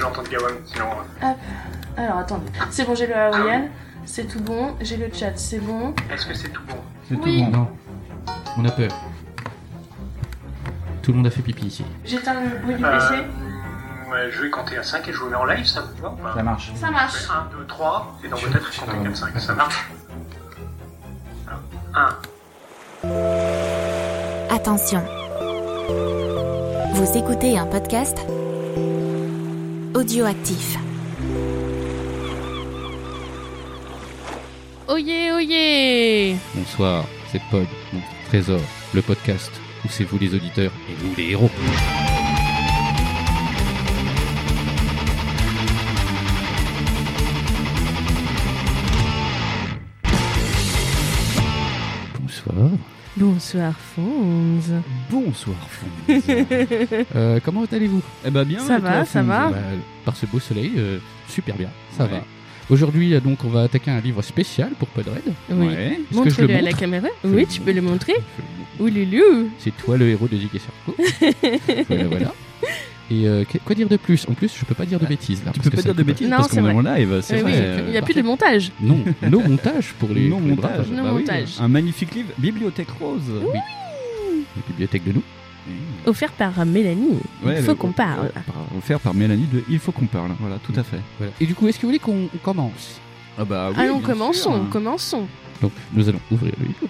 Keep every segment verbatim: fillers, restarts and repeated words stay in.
j'entende Gawain, sinon... Hop. Alors, attendez. C'est bon, j'ai le hawaïen. C'est tout bon. J'ai le chat, c'est bon. Est-ce que c'est tout bon? C'est Oui. tout bon. Non. On a peur. Tout le monde a fait pipi ici. J'éteins le bruit du Euh, P C. ouais, je vais compter à cinq et je vous mets en live, ça vous va ou pas? Ça marche. Ça marche. un, deux, trois, et dans vos têtes, vous comptez quatre, cinq, ça marche? un. Attention. Vous écoutez un podcast audioactif. Oyez, oyez. Bonsoir, c'est Pod, mon trésor, le podcast où c'est vous les auditeurs et nous les héros. Bonsoir. Bonsoir, Fonz. Bonsoir, Fonz. euh, comment allez-vous? Eh ben bien. Ça et va, toi, ça Fonz va. Bah, par ce beau soleil, euh, super bien, ça Ouais. va. Aujourd'hui, euh, donc, on va attaquer un livre spécial pour Podred. Oui. Ouais. Est-ce que je le Montre-le à la montre? caméra. Je Oui, le tu montre. peux le montrer. Je- Ouloulou. C'est toi le héros de Zig et Sarko. Voilà, voilà. Et euh, qu- quoi dire de plus? En plus, je peux pas dire de bêtises là. Tu parce peux que pas ça dire de coupe. bêtises Non, parce c'est qu'on est vrai. en live, c'est Eh oui, vrai. il n'y a euh, plus de montage. Non, nos montages pour les non pour les montage. braves. Non Bah oui, montage. un magnifique livre, Bibliothèque Rose. Oui. La bibliothèque de nous. Offert par Mélanie. Ouais, Il faut le- qu'on parle. Par- Offert par Mélanie de Il faut qu'on parle. Voilà, tout à fait. Voilà. Et du coup, est-ce que vous voulez qu'on on commence? Ah bah oui. Allons, bien commençons, sûr. commençons. Donc, nous allons ouvrir le livre.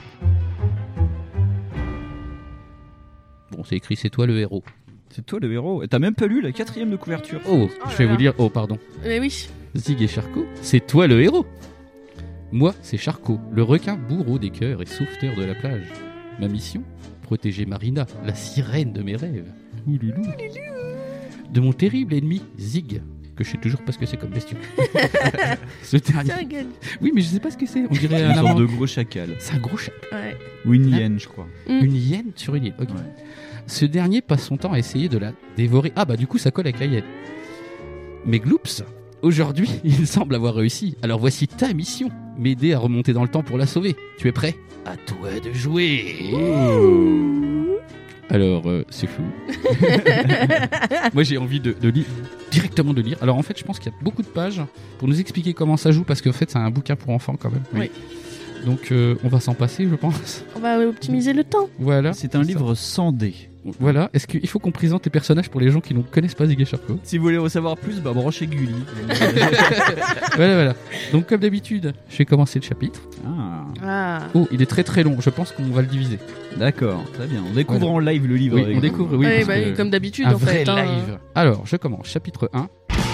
Bon, c'est écrit c'est toi le héros. C'est toi le héros. Et t'as même pas lu la quatrième de couverture. Oh, Oh je là vais là. vous dire. Oh, pardon. Mais oui. Zig et Charcot, c'est toi le héros. Moi, c'est Charcot, le requin bourreau des cœurs et sauveteur de la plage. Ma mission, protéger Marina, la sirène de mes rêves. Ouloulou. De mon terrible ennemi, Zig, que je sais toujours pas ce que c'est comme bestiole. Ce dernier. Tiens, regarde. Oui, mais je sais pas ce que c'est. On dirait Une un sorte amant. de gros chacal. C'est un gros chat. Ouais. Ou une hyène, je crois. Mm. Une hyène sur une île. Ok. Ouais. Ce dernier passe son temps à essayer de la dévorer. Ah bah du coup ça colle avec la hyène. Mais Gloops, aujourd'hui, il semble avoir réussi. Alors voici ta mission. M'aider à remonter dans le temps pour la sauver. Tu es prêt? À toi de jouer. Alors, euh, c'est fou. Moi, j'ai envie de, de lire, directement de lire. Alors, en fait, je pense qu'il y a beaucoup de pages pour nous expliquer comment ça joue, parce qu'en fait, c'est un bouquin pour enfants quand même. Oui. Donc, euh, on va s'en passer, je pense. On va optimiser le temps. Voilà. C'est un livre sans dés. Voilà. Est-ce qu'il faut qu'on présente les personnages pour les gens qui ne connaissent pas Zig et Charcot? Si vous voulez en savoir plus, bah branchez Gulli. Voilà, voilà. Donc, comme d'habitude, je vais commencer le chapitre. Ah, Ah. Oh, il est très très long. Je pense qu'on va le diviser. d'accord, très bien. On découvre Voilà. en live le livre. Oui, avec on vous. découvre, oui. Ouais, parce bah, que- comme d'habitude, un en vrai fait. hein. live. Alors, je commence. Chapitre un.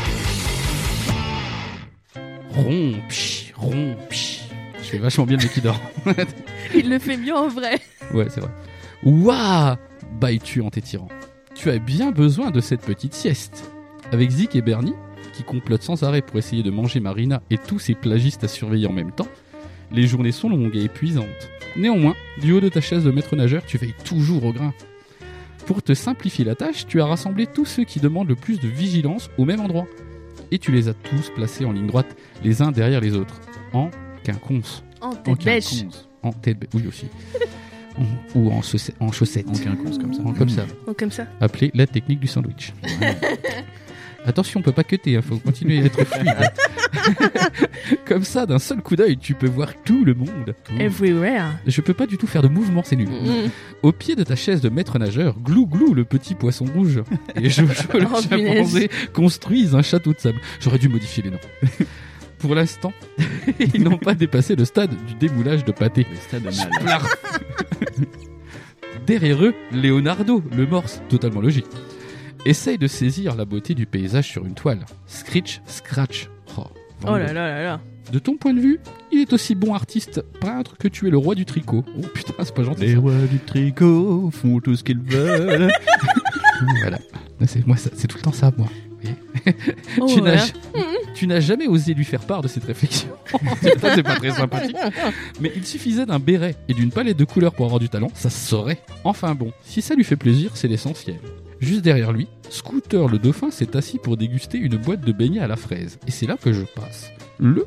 Rompch, rompch. Je fais vachement bien le mec qui dort. Il le fait mieux en vrai. Ouais, c'est vrai. Ouah, bailles-tu en t'étirant. Tu as bien besoin de cette petite sieste. Avec Zig et Bernie, qui complotent sans arrêt pour essayer de manger Marina et tous ces plagistes à surveiller en même temps, les journées sont longues et épuisantes. Néanmoins, du haut de ta chaise de maître nageur, tu veilles toujours au grain. Pour te simplifier la tâche, tu as rassemblé tous ceux qui demandent le plus de vigilance au même endroit. Et tu les as tous placés en ligne droite, les uns derrière les autres, en quinconce. En En tête bêche. quinconce. En tête bê- oui aussi. En- ou en, chausse- en chaussettes. En quinconce comme ça. En- comme ça. Oh, comme ça. Appelé la technique du sandwich. Attention, on peut pas cutter, il faut continuer à être fluide. Comme ça, d'un seul coup d'œil, tu peux voir tout le monde. Everywhere. Je peux pas du tout faire de mouvement, c'est nul. Mm. Au pied de ta chaise de maître nageur, Glou Glou, le petit poisson rouge, et Jojo, le Oh, chimpanzé, construisent un château de sable. J'aurais dû modifier les noms. Pour l'instant, ils n'ont pas dépassé le stade du démoulage de pâté. Le stade anal. Derrière eux, Leonardo, le morse, totalement logique, essaye de saisir la beauté du paysage sur une toile. Scritch, scratch. Oh, Oh là là là là. De ton point de vue, il est aussi bon artiste peintre que tu es le roi du tricot. Oh putain, c'est pas gentil. Les ça. rois du tricot font tout ce qu'ils veulent. Voilà. C'est, moi, ça- c'est tout le temps ça, moi. Vous voyez Oh, tu, ouais. n'as, tu n'as jamais osé lui faire part de cette réflexion. Ça, c'est pas très sympathique. Mais il suffisait d'un béret et d'une palette de couleurs pour avoir du talent, ça se saurait. Enfin bon, si ça lui fait plaisir, c'est l'essentiel. Juste derrière lui, Scooter le dauphin s'est assis pour déguster une boîte de beignets à la fraise. Et c'est là que je passe. Le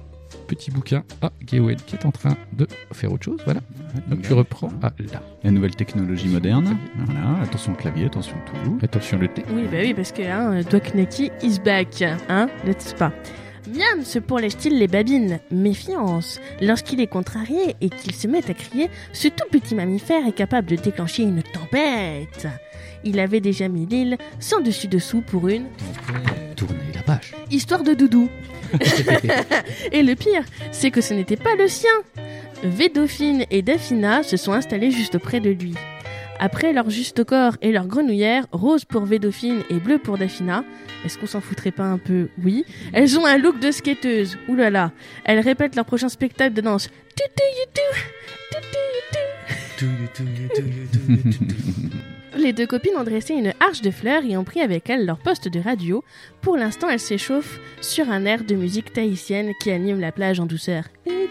petit bouquin à Gawain qui est en train de faire autre chose. Voilà. Donc tu reprends à là. La nouvelle technologie moderne. Voilà, attention au clavier, attention tout. Attention le thé. Oui, bah oui, parce que hein, Dwaknaki is back, hein, n'est-ce pas? Miam, ce pour les styles les babines. Méfiance. Lorsqu'il est contrarié et qu'il se met à crier, ce tout petit mammifère est capable de déclencher une tempête. Il avait déjà mis l'île sans dessus-dessous pour une Tournez la page. histoire de doudou. Et le pire, c'est que ce n'était pas le sien. Védophine et Daphina se sont installés juste près de lui. Après leur juste corps et leur grenouillère, rose pour Védophine et bleu pour Daphina, est-ce qu'on s'en foutrait pas un peu? Oui. Elles ont un look de skateuse. Ouh là là. Elles répètent leur prochain spectacle de danse. Tu, tu, you, tu. Tu, tu, you, tu. Les deux copines ont dressé une arche de fleurs et ont pris avec elles leur poste de radio. Pour l'instant, elles s'échauffent sur un air de musique tahitienne qui anime la plage en douceur.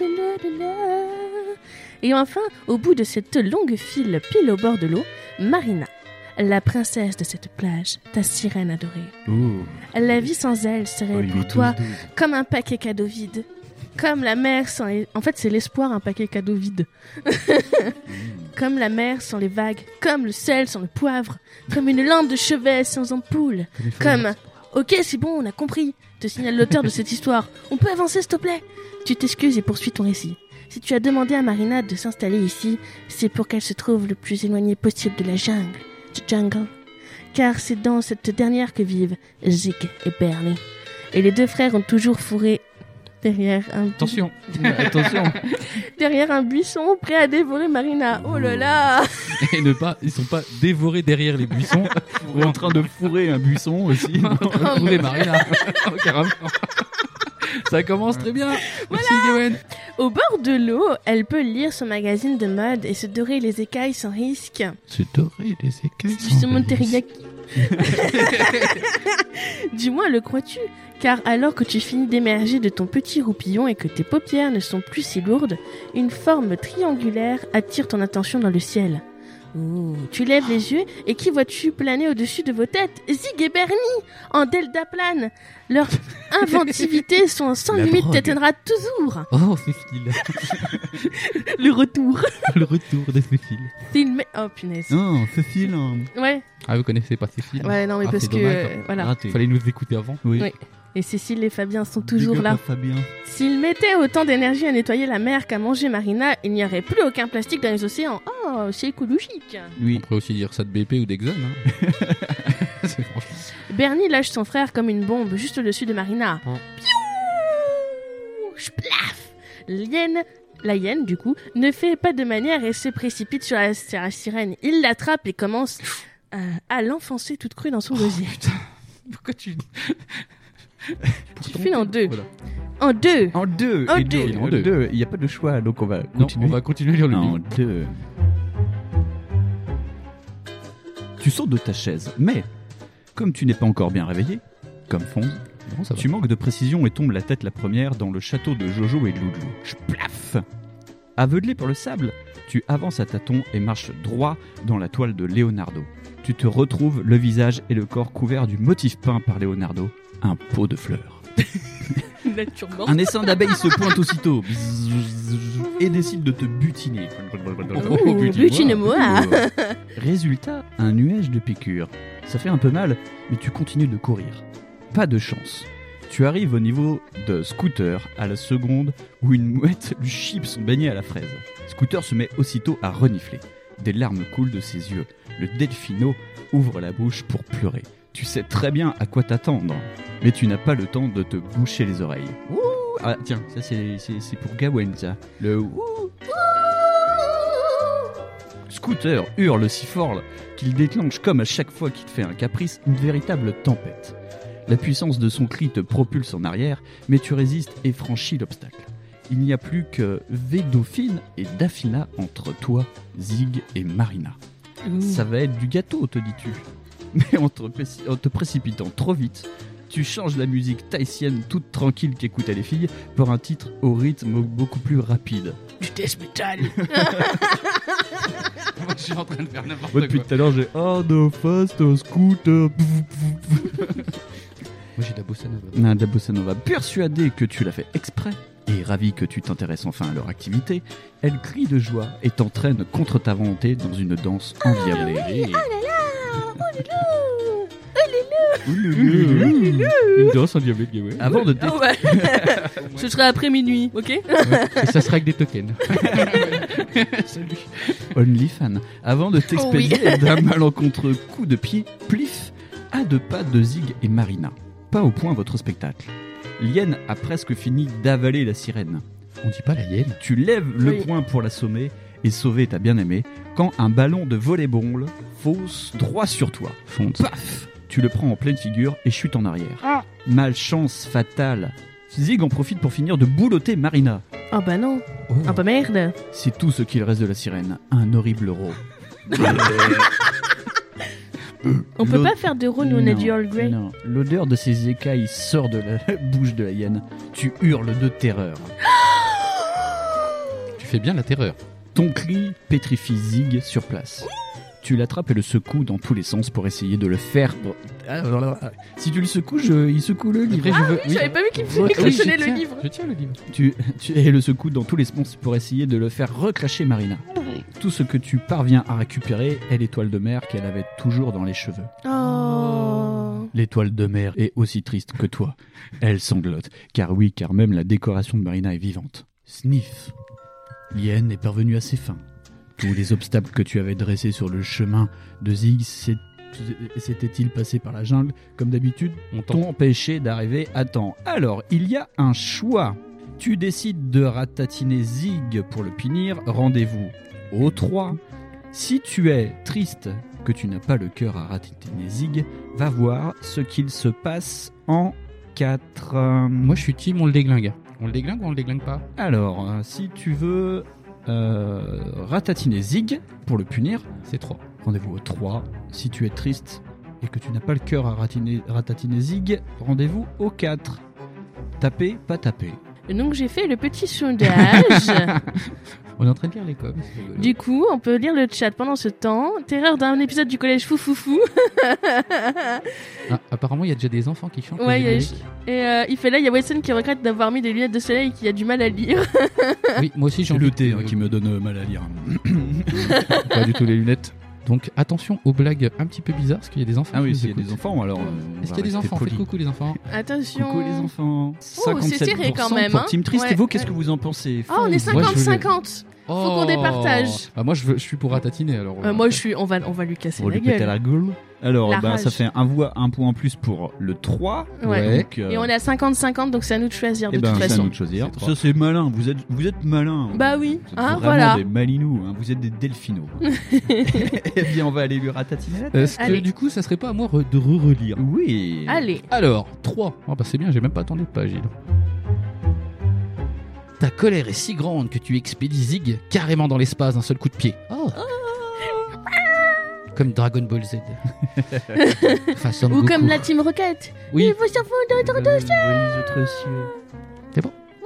Et enfin, au bout de cette longue file pile au bord de l'eau, Marina, la princesse de cette plage, ta sirène adorée. Ouh. La vie sans elle serait Oh, il pour est toi douce, douce. comme un paquet cadeau vide. Comme la mer sans les... En fait, c'est l'espoir, un paquet cadeau vide. Comme la mer sans les vagues. Comme le sel sans le poivre. Comme une lampe de chevet sans ampoule. Comme... Ok, c'est bon, on a compris, te signale l'auteur de cette histoire. On peut avancer, s'il te plaît? Tu t'excuses et poursuis ton récit. Si tu as demandé à Marina de s'installer ici, c'est pour qu'elle se trouve le plus éloignée possible de la jungle. Du jungle. Car c'est dans cette dernière que vivent Zig et Bernie. Et les deux frères ont toujours fourré derrière un, bu- Attention. Attention. derrière un buisson prêt à dévorer Marina. Oh là là. Et ne pas, ils sont pas dévorés derrière les buissons. On est en train de fourrer un buisson aussi. Fourrer Marina. Aucun rapport. Ça commence très bien. Merci Gawain. Au bord de l'eau, elle peut lire son magazine de mode et se dorer les écailles sans risque. C'est doré les écailles. Du saumon teriyaki. Du moins le crois-tu, car alors que tu finis d'émerger de ton petit roupillon et que tes paupières ne sont plus si lourdes, une forme triangulaire attire ton attention dans le ciel. Ouh, tu lèves les yeux et qui vois-tu planer au-dessus de vos têtes? Zig et Bernie, en deltaplane. Leur inventivité sont sans La limite drogue. t'éteindra toujours. Oh Cécile. Le retour. Le retour de Cécile. Film... Oh punaise. Non, Cécile. hein. Ouais, Ah vous connaissez pas Cécile? ouais, non mais Ah, parce c'est que... dommage. euh, voilà. Raté. Fallait nous écouter avant. Oui. Oui. Et Cécile et Fabien sont toujours Big up là. à Fabien. S'ils mettaient autant d'énergie à nettoyer la mer qu'à manger Marina, il n'y aurait plus aucun plastique dans les océans. Oh, c'est écologique. On Oui. pourrait aussi dire ça de B P ou d'Exxon. Hein. C'est franchement. Bernie lâche son frère comme une bombe juste au-dessus de Marina. Oh. Piou, Splaf. L'hyène, la hyène du coup, ne fait pas de manière et se précipite sur la, sur la sirène. Il l'attrape et commence euh, à l'enfoncer toute crue dans son gosier. Putain. Pourquoi tu... Tu files en deux. Voilà. En deux. En deux. En et deux. donc, En deux. Il n'y a pas de choix, donc on va Non, continuer. on va continuer à lire le En livre. deux. Tu sautes de ta chaise, mais comme tu n'es pas encore bien réveillé, comme Fonz, Non, ça va. tu manques de précision et tombes la tête la première dans le château de Jojo et de Loulou. Splaf. Aveuglé par le sable, tu avances à tâtons et marches droit dans la toile de Leonardo. Tu te retrouves le visage et le corps couverts du motif peint par Leonardo, un pot de fleurs. Nature morte. Un essaim d'abeilles se pointe aussitôt et décide de te butiner. Oh, butine-moi. Résultat, un nuage de piqûres. Ça fait un peu mal, mais tu continues de courir. Pas de chance. Tu arrives au niveau de Scooter à la seconde où une mouette lui chipe son beignet à la fraise. Scooter se met aussitôt à renifler. Des larmes coulent de ses yeux. Le delphino ouvre la bouche pour pleurer. Tu sais très bien à quoi t'attendre, mais tu n'as pas le temps de te boucher les oreilles. Ouh. Ah tiens, ça c'est, c'est, c'est pour Gawain ça. Le ouh. Scooter hurle si fort qu'il déclenche comme à chaque fois qu'il te fait un caprice une véritable tempête. La puissance de son cri te propulse en arrière, mais tu résistes et franchis l'obstacle. Il n'y a plus que Védophine et Daphina entre toi, Zig et Marina. Ça va être du gâteau, te dis-tu. Mais en te, préci- en te précipitant trop vite, tu changes la musique tahitienne toute tranquille qu'écoutaient les filles pour un titre au rythme beaucoup plus rapide. Du death metal. Moi, je suis en train de faire n'importe Moi, quoi. depuis tout à l'heure, j'ai Oh, the fast scooter. Moi, j'ai de la bossa nova. Un de la bossa nova. Persuadé que tu l'as fait exprès, Et ravie que tu t'intéresses enfin à leur activité, elle crie de joie et t'entraîne contre ta volonté dans une danse endiablée. Une danse endiablée de gaouet. Avant de Oh, ouais. Ce sera après minuit, ok? Et ça sera avec des tokens. Salut. OnlyFans. Avant de t'expédier Oh oui. d'un malencontreux coup de pied, plif, à deux pas de Zig et Marina. Pas au point votre spectacle. Lien a presque fini d'avaler la sirène. On dit pas la hyène. Tu lèves le Oui. poing pour l'assommer et sauver ta bien-aimée quand un ballon de volleyball fonce droit sur toi. Fonte. Paf! Tu le prends en pleine figure et chute en arrière. Malchance fatale. Zig en profite pour finir de boulotter Marina. Oh bah non. Oh. Ah bah merde. C'est tout ce qu'il reste de la sirène. Un horrible rot. On peut L'au- pas faire de roux, nous on a Non, du Earl Grey. non. L'odeur de ses écailles sort de la bouche de la hyène. Tu hurles de terreur. Tu fais bien la terreur. Ton cri pétrifie Zig sur place. Tu l'attrapes et le secoues dans tous les sens pour essayer de le faire. Si tu le secoues, je- il secoue le livre. Après, je veux. Oui, j'avais pas vu qu'il Oui, qu'il je tenait le tiens- livre. Je tiens le livre. Tu, tu et le secoues dans tous les sens pour essayer de le faire recracher Marina. Tout ce que tu parviens à récupérer est l'étoile de mer qu'elle avait toujours dans les cheveux. Oh. L'étoile de mer est aussi triste que toi. Elle sanglote. Car oui, car même la décoration de Marina est vivante. Sniff. Lien est parvenue à ses fins. Tous les obstacles que tu avais dressés sur le chemin de Zig s'est- s'étaient-ils passés par la jungle comme d'habitude On tente. t'ont empêché d'arriver à temps. Alors, il y a un choix. Tu décides de ratatiner Zig pour le punir. Rendez-vous au trois. Si tu es triste que tu n'as pas le cœur à ratatiner Zig, va voir ce qu'il se passe en quatre. Moi, je suis team, on le déglingue. On le déglingue ou on le déglingue pas? Alors, euh, si tu veux euh, ratatiner Zig pour le punir, C'est trois. rendez-vous au trois. Si tu es triste et que tu n'as pas le cœur à ratiner- ratatiner Zig, rendez-vous au quatre. Taper, pas taper. Et donc j'ai fait le petit sondage. On est en train de lire les coms. c'est rigolo. Du coup, on peut lire le chat pendant ce temps. Terreur d'un épisode du collège Foufoufou. Ah, apparemment, il y a déjà des enfants qui chantent. Ouais, le il y a- générique. Et euh, il fait là, il y a Watson qui regrette d'avoir mis des lunettes de soleil et qui a du mal à lire. Oui, moi aussi, j'ai C'est envie le de- thé hein, qui me donne mal à lire. Pas du tout les lunettes. Donc, attention aux blagues un petit peu bizarres, parce qu'il y a des enfants. Ah qui oui, nous s'il y a écoutent. des enfants, alors. euh, on Est-ce va qu'il y a des rester enfants? poli. Faites coucou les enfants. Attention. Coucou les enfants. c'est serré quand même, pour hein. Team Triste. Ouais. Et vous, qu'est-ce que vous en pensez Ah, on est Moi, je cinquante voulais- cinquante. Faut qu'on départage. Ah, moi, je, veux, je suis pour ratatiner alors. Euh, moi, je suis. On va, on va lui casser On la lui pète à gueule. la gueule. Alors, La bah, rage. ça fait un, voix, un point en plus pour le trois. Ouais. Donc, euh, Et on est à cinquante cinquante, donc c'est à nous de choisir de eh ben, toute c'est à façon. nous de choisir. C'est trois. Ça, c'est malin. Vous êtes, vous êtes malin. Bah oui. Vous êtes Hein, vraiment voilà. des malinous. Hein. Vous êtes des delphinos. Eh bien, on va aller lui ratatiner la tête. Est-ce que Allez. du coup, ça serait pas à moi re- de re-relire? Oui. Allez. Alors, trois. Oh, bah c'est bien, j'ai même pas attendu de page. dis donc. Ta colère est si grande que tu expédies Zig carrément dans l'espace d'un seul coup de pied. Oh. Comme Dragon Ball Z. Façon Ou Goku. comme la Team Rocket. Oui. Il faut s'enfouir dans Euh, les autres cieux.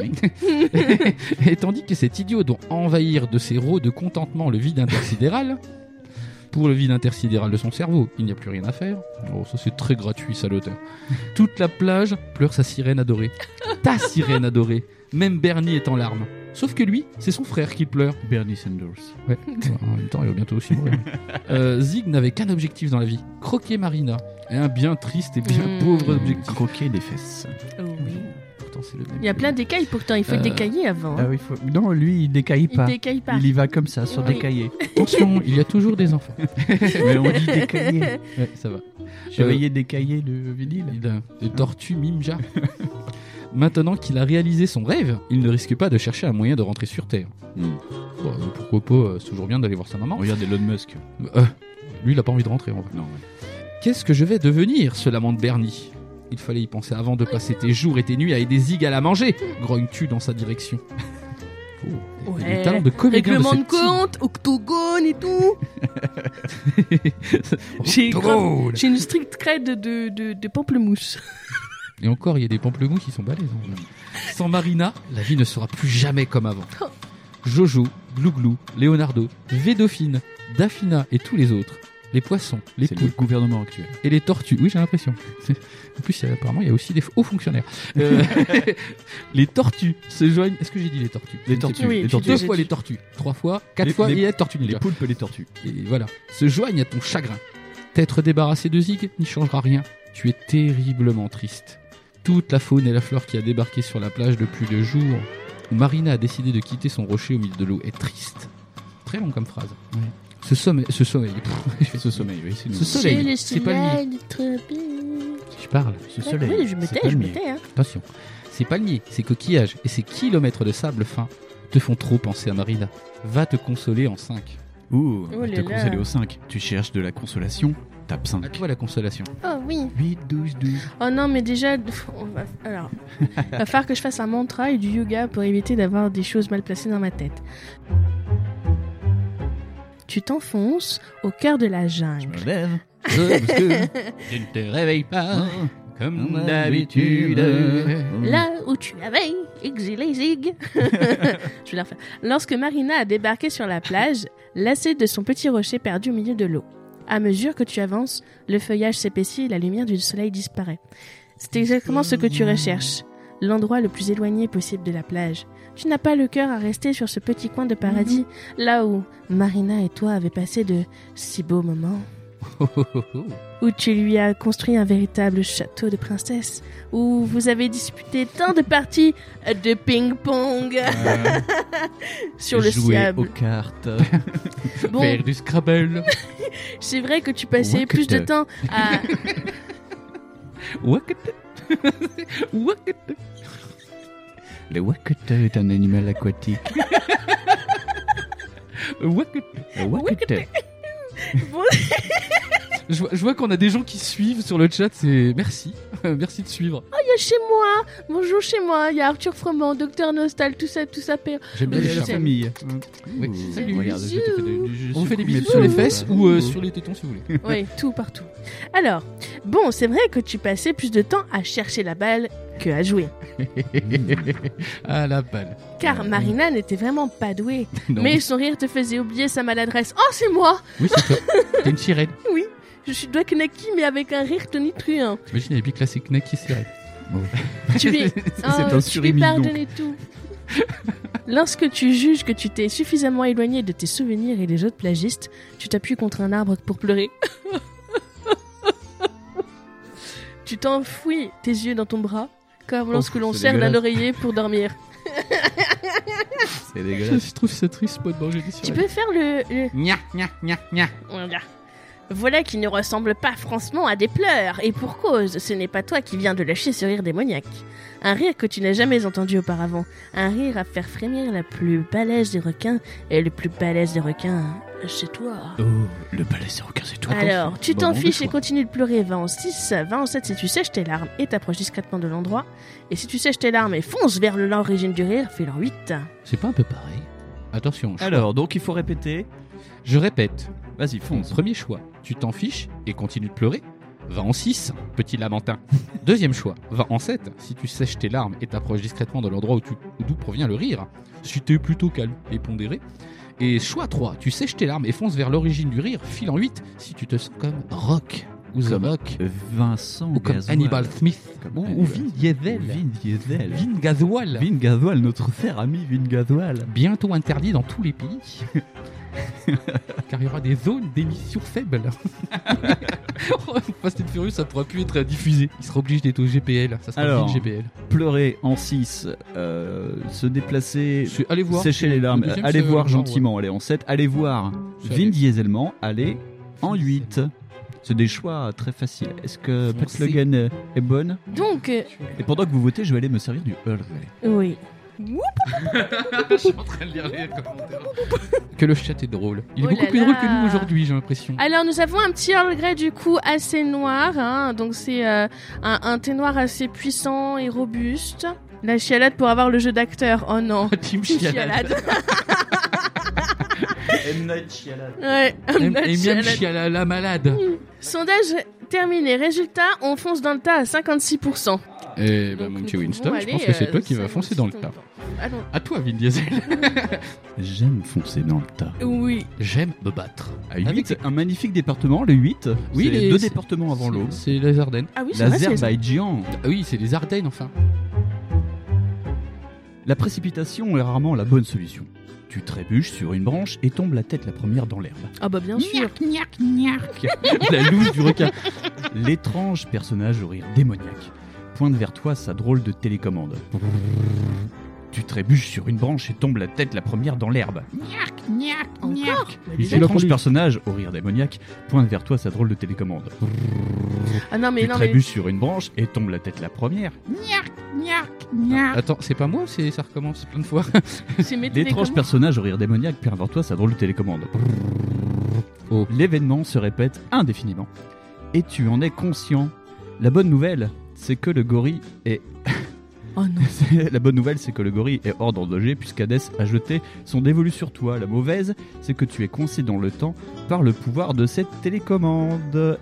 Et tandis que cet idiot doit envahir de ses rots de contentement le vide intersidéral, pour le vide intersidéral de son cerveau, il n'y a plus rien à faire. Oh, ça c'est très gratuit, ça l'auteur. Toute la plage pleure sa sirène adorée. Ta sirène adorée. Même Bernie est en larmes. Sauf que lui, c'est son frère qui pleure. Bernie Sanders. Ouais. En même temps, il va bientôt aussi mourir. Euh, Zig n'avait qu'un objectif dans la vie, croquer Marina. Et un bien triste et bien Mmh. pauvre objectif. Croquer des fesses. Oh oui. Pourtant, c'est le même. Il y a plein d'écailles pourtant, il faut Euh, le décailler avant. Ah hein. oui, faut... Non, lui, il décaille Il pas. décaille pas. Il y va comme ça, sur Oui. des cahiers. Attention, il y a toujours des enfants. Mais on dit décailler. Ouais, ça va. Chevalier décaillé de vinyle. Il a des tortues Mimja. Maintenant qu'il a réalisé son rêve, il ne risque pas de chercher un moyen de rentrer sur Terre. Hmm. Bon, euh, pourquoi pas, euh, c'est toujours bien d'aller voir sa maman. Regarde Elon Musk. Euh, lui, il a pas envie de rentrer en vrai. Non, ouais. Qu'est-ce que je vais devenir, se lamente Bernie. Il fallait y penser avant de passer tes jours et tes nuits à aider Zig à la manger, grogne-tu dans sa direction. Oh, il y a Ouais. des talents de comédien Règlement de de ce type. compte, octogone et tout. J'ai Drôle. J'ai une stricte crête de, de, de, de pamplemousse. Et encore, il y a des pamplemousses qui sont balèzes. hein. Sans Marina, la vie ne sera plus jamais comme avant. Jojo, Glouglou, Leonardo, Védophine, Daphina et tous les autres, les poissons, les C'est poules le gouvernement actuel. et les tortues. Oui, j'ai l'impression. C'est- En plus, il y a- apparemment, il y a aussi des hauts fonctionnaires. Euh, les tortues se joignent. Est-ce que j'ai dit les tortues Les tortues. Oui, les tu tortues. Deux J'ai fois dit. les tortues, trois fois, quatre Les- fois les- et la tortue Les ninja. poulpes et les tortues. Et voilà, se joignent à ton chagrin. T'être débarrassé de Zig n'y changera rien. Tu es terriblement triste. Toute la faune et la flore qui a débarqué sur la plage depuis le jour où Marina a décidé de quitter son rocher au milieu de l'eau est triste. Très long comme phrase. Ouais. Ce sommeil, ce sommeil. Ce sommeil, oui, c'est nous. Ce soleil, Chez le c'est pas le mien. soleil tropique. Je parle. Ce soleil. Oui, je me c'est tais, pas je le me mien. tais. Hein. Attention. Ces palmiers, ces coquillages et ces kilomètres de sable fin te font trop penser à Marina. Va te consoler en cinq. Ouh, Oh là t'as là. consolé au cinq. Tu cherches de la consolation, tape À cinq. toi la consolation. Oh oui. huit, douze, douze. Oh non, mais déjà, on va... alors, il va falloir que je fasse un mantra et du yoga pour éviter d'avoir des choses mal placées dans ma tête. Tu t'enfonces au cœur de la Je jungle. me lève. Euh, parce que je ne te réveille pas Ah, comme comme d'habitude. d'habitude. Là où tu avais exilé Zig. Je vais la refaire. Lorsque Marina a débarqué sur la plage, lassée de son petit rocher perdu au milieu de l'eau. À mesure que tu avances, le feuillage s'épaissit et la lumière du soleil disparaît. C'est exactement ce que tu recherches. L'endroit le plus éloigné possible de la plage. Tu n'as pas le cœur à rester sur ce petit coin de paradis, là où Marina et toi avez passé de si beaux moments. Oh, oh, oh, oh. Où tu lui as construit un véritable château de princesse, où vous avez disputé tant de parties de ping-pong Euh, sur le Jouer sable. aux cartes. Bon, Faire du Scrabble. c'est vrai que tu passais Wakata. plus de temps à... Wakata. Wakata. Le wakata est un animal aquatique. Wakata. Le wakata. Bon, Je vois, je vois qu'on a des gens qui suivent sur le chat, c'est merci. Merci de suivre. il y a chez moi, bonjour chez moi, il y a Arthur Froment, Docteur Nostal, tout ça, tout ça. père. J'aime bien Oui, les je chats. sais. famille. Oui. Ouh, Salut. regarde, je te fais des- je On vous fait des secoue bisous mes sur les pouces. fesses ou euh, sur les tétons si vous voulez. Oui, tout partout. Alors, bon, c'est vrai que tu passais plus de temps à chercher la balle que à jouer. À la balle. Car Marina n'était vraiment pas douée. Non. Mais son rire te faisait oublier sa maladresse. Oh, c'est moi! Oui, c'est toi. T'es une sirène. Oui, je suis Doc Naki, mais avec un rire tonitruant. T'imagines, elle est bien classique, Naki sirène. Tu lui, C'est Oh, un tu lui surimi, pardonnais tout. Lorsque tu juges que tu t'es suffisamment éloigné de tes souvenirs et des autres plagistes, tu t'appuies contre un arbre pour pleurer. Tu t'enfouis tes yeux dans ton bras, comme lorsque l'on c'est serre d'un dégueulasse. oreiller pour dormir. C'est dégueulasse. Je trouve ça triste, moi, de manger des Tu sirènes. peux faire le... le... Nya, nya, nya, nya. Voilà. Voilà qui ne ressemble pas franchement à des pleurs, et pour cause, ce n'est pas toi qui viens de lâcher ce rire démoniaque. Un rire que tu n'as jamais entendu auparavant. Un rire à faire frémir la plus balèze des requins, et le plus balèze des requins, c'est toi. Oh, le palais c'est requin, c'est toi. Alors, tu Bon, t'en bon fiches et choix. continues de pleurer. Va en six, va en sept si tu sèches tes larmes et t'approches discrètement de l'endroit. Et si tu sèches tes larmes et fonces vers l'origine du rire, fais-le en huit. C'est pas un peu pareil. Attention. choix. Alors, donc il faut répéter. Je répète. Vas-y, fonce. Premier choix, tu t'en fiches et continues de pleurer. Va en six, petit lamentin. Deuxième choix, va en sept, si tu sèches tes larmes et t'approches discrètement de l'endroit où tu- d'où provient le rire. Si t'es plutôt calme et pondéré. Et choix trois, tu sèches tes larmes et fonces vers l'origine du rire. File en huit, si tu te sens comme Rock ou The Comme Rock. Vincent Ou comme Gasoil. Hannibal Smith. Comme Ou, Hannibal. ou Vin Diesel. Vin Diesel. Vin Gasoil. Vin Gasoil, notre cher ami Vin Gasoil. Bientôt interdit dans tous les pays. Car il y aura des zones d'émission faibles. Fast and Furious, ça pourra plus être diffusé. Il sera obligé d'être au G P L. Ça sera Alors. Vin G P L. Pleurer en six, euh, se déplacer, C'est- Allez voir. sécher les larmes, Le deuxième, allez c'est, voir euh, genre, gentiment, allez en sept, allez voir C'est Vin allé. Dieselment, allez en huit. C'est des choix très faciles. Est-ce que Pat Foncez. Logan euh, est bonne? Donc, euh, Et pendant que vous votez, je vais aller me servir du Earl Grey. oui. Je suis en train de lire les commentaires. Que le chat est drôle. Il est Oh beaucoup là plus drôle là. que nous aujourd'hui, j'ai l'impression. Alors, nous avons un petit Earl Grey du coup assez noir. Hein, donc, c'est euh, un, un thé noir assez puissant et robuste. La chialade pour avoir le jeu d'acteur. Oh non. Team Chialade. Chialade. M. Night Shyamalan. Ouais. Et la et même chialade. Chialala la malade. Sondage terminé. Résultat, on fonce dans le tas à cinquante-six pour cent. Et bah, Donc, Monkey nous Winston, pouvons je pense aller, que c'est toi euh, qui vas foncer dans le tas. cinquante-six allons. À toi, Vin Diesel. J'aime foncer dans le tas. Oui. J'aime me battre. À huit, Avec- un magnifique département, le huit. Oui, c'est les- deux c'est- départements avant C'est- l'Aube. C'est les Ardennes. Ah oui, c'est vrai, c'est les- L'Azerbaïdjan. Ah oui, c'est les Ardennes, enfin. La précipitation est rarement la bonne solution. Tu trébuches sur une branche et tombes la tête la première dans l'herbe. Ah bah bien sûr. Gnac, gnac. La louche du requin. L'étrange personnage au rire démoniaque pointe vers toi sa drôle de télécommande. Tu trébuches sur une branche et tombes la tête la première dans l'herbe. Encore Mais dis L'étrange donc. entendu. personnage au rire démoniaque pointe vers toi sa drôle de télécommande. Ah non mais tu non mais. trébuches sur une branche et tombes la tête la première. Attends, c'est pas moi ou c'est ça recommence plein de fois? C'est mes L'étrange télécommandes. personnage au rire démoniaque pointe vers toi sa drôle de télécommande. Oh. L'événement se répète indéfiniment. Et tu en es conscient. La bonne nouvelle, c'est que le gorille est... Oh non. C'est- La bonne nouvelle, c'est que le gorille est hors danger puisqu'Hadès a jeté son dévolu sur toi. La mauvaise, c'est que tu es coincé dans le temps par le pouvoir de cette télécommande.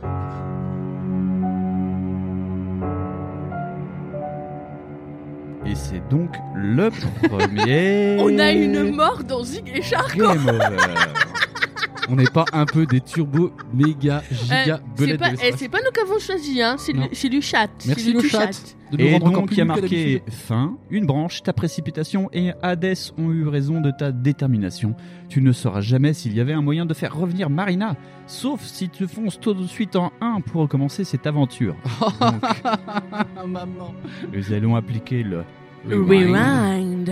Et c'est donc le premier... On a une mort dans Zig et Char. Game over. On n'est pas un peu des turbo méga giga Euh, c'est belettes pas, de eh, l'espace? c'est pas nous qui avons choisi, hein. C'est Non. du, c'est du chat. Merci c'est du le tout chat de nous Et rendre encore donc, plus il y a nuls que marqué d'habitude. fin, une branche, ta précipitation et Hadès ont eu raison de ta détermination. Tu ne sauras jamais s'il y avait un moyen de faire revenir Marina, sauf si tu fonces tout de suite en un pour recommencer cette aventure. Donc, Maman. nous allons appliquer le... Rewind.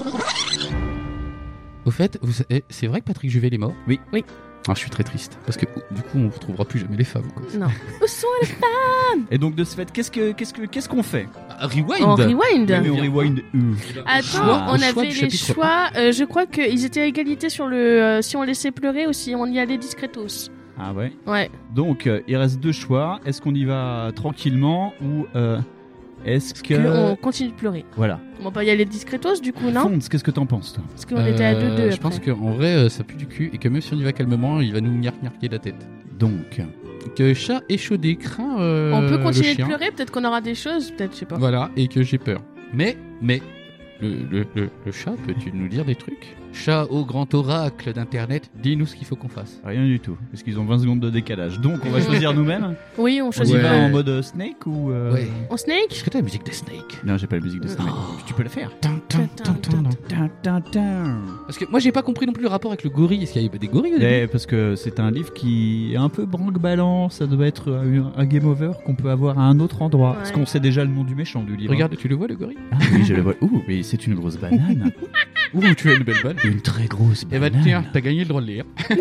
Au fait, vous savez- c'est vrai que Patrick Juvet est mort? Oui. Oui. Ah, je suis très triste parce que du coup, on ne retrouvera plus jamais les femmes. Quoi. Non. Où sont les Et donc, de ce fait, qu'est-ce que qu'est-ce que qu'est-ce qu'on fait Ah, rewind. En rewind. Mais on rewind où Attends, choix- on au choix avait du les chapitre choix. euh, je crois qu'ils étaient à égalité sur le euh, si on laissait pleurer ou si on y allait discretos. Ah ouais. Ouais. Donc, euh, il reste deux choix. Est-ce qu'on y va tranquillement ou euh, est-ce que... Que on continue de pleurer. Voilà. On va y aller discretos du coup, non Fonds, qu'est-ce que t'en penses, toi Parce qu'on était à deux deux. Euh, Je pense qu'en vrai, euh, ça pue du cul et que même si on y va calmement, il va nous gnarquer la tête. Donc... Que chat échaudé craint euh, On peut le continuer de chien. pleurer. Peut-être qu'on aura des choses. Peut-être, je sais pas. Voilà, et que j'ai peur. Mais, mais, le, le, le, le chat, peux-tu nous dire des trucs? Chat au grand oracle d'internet, dis-nous ce qu'il faut qu'on fasse. Rien du tout, parce qu'ils ont vingt secondes de décalage. Donc, on va choisir nous-mêmes. Oui, on On choisit. y Ouais. va en mode euh, Snake ou... euh, Ouais. On snake. Est-ce que t'as la musique de Snake? Non, j'ai pas la musique de Snake. Oh. Tu peux la faire. Tin, tin, tin, tin, tin. Tin, tin, tin. Parce que moi j'ai pas compris non plus le rapport avec le gorille. Est-ce qu'il y avait des gorilles au début? Eh, parce que c'est un livre qui est un peu branque-ballant. Ça doit être un, un game over qu'on peut avoir à un autre endroit. Ouais. Parce qu'on sait déjà le nom du méchant du livre. Regarde, tu le vois le gorille? Ah oui, je le vois. Ouh, mais c'est une grosse banane. Ouh, tu as une belle balle. Une très grosse Eh bah banane. tiens, t'as gagné le droit de lire.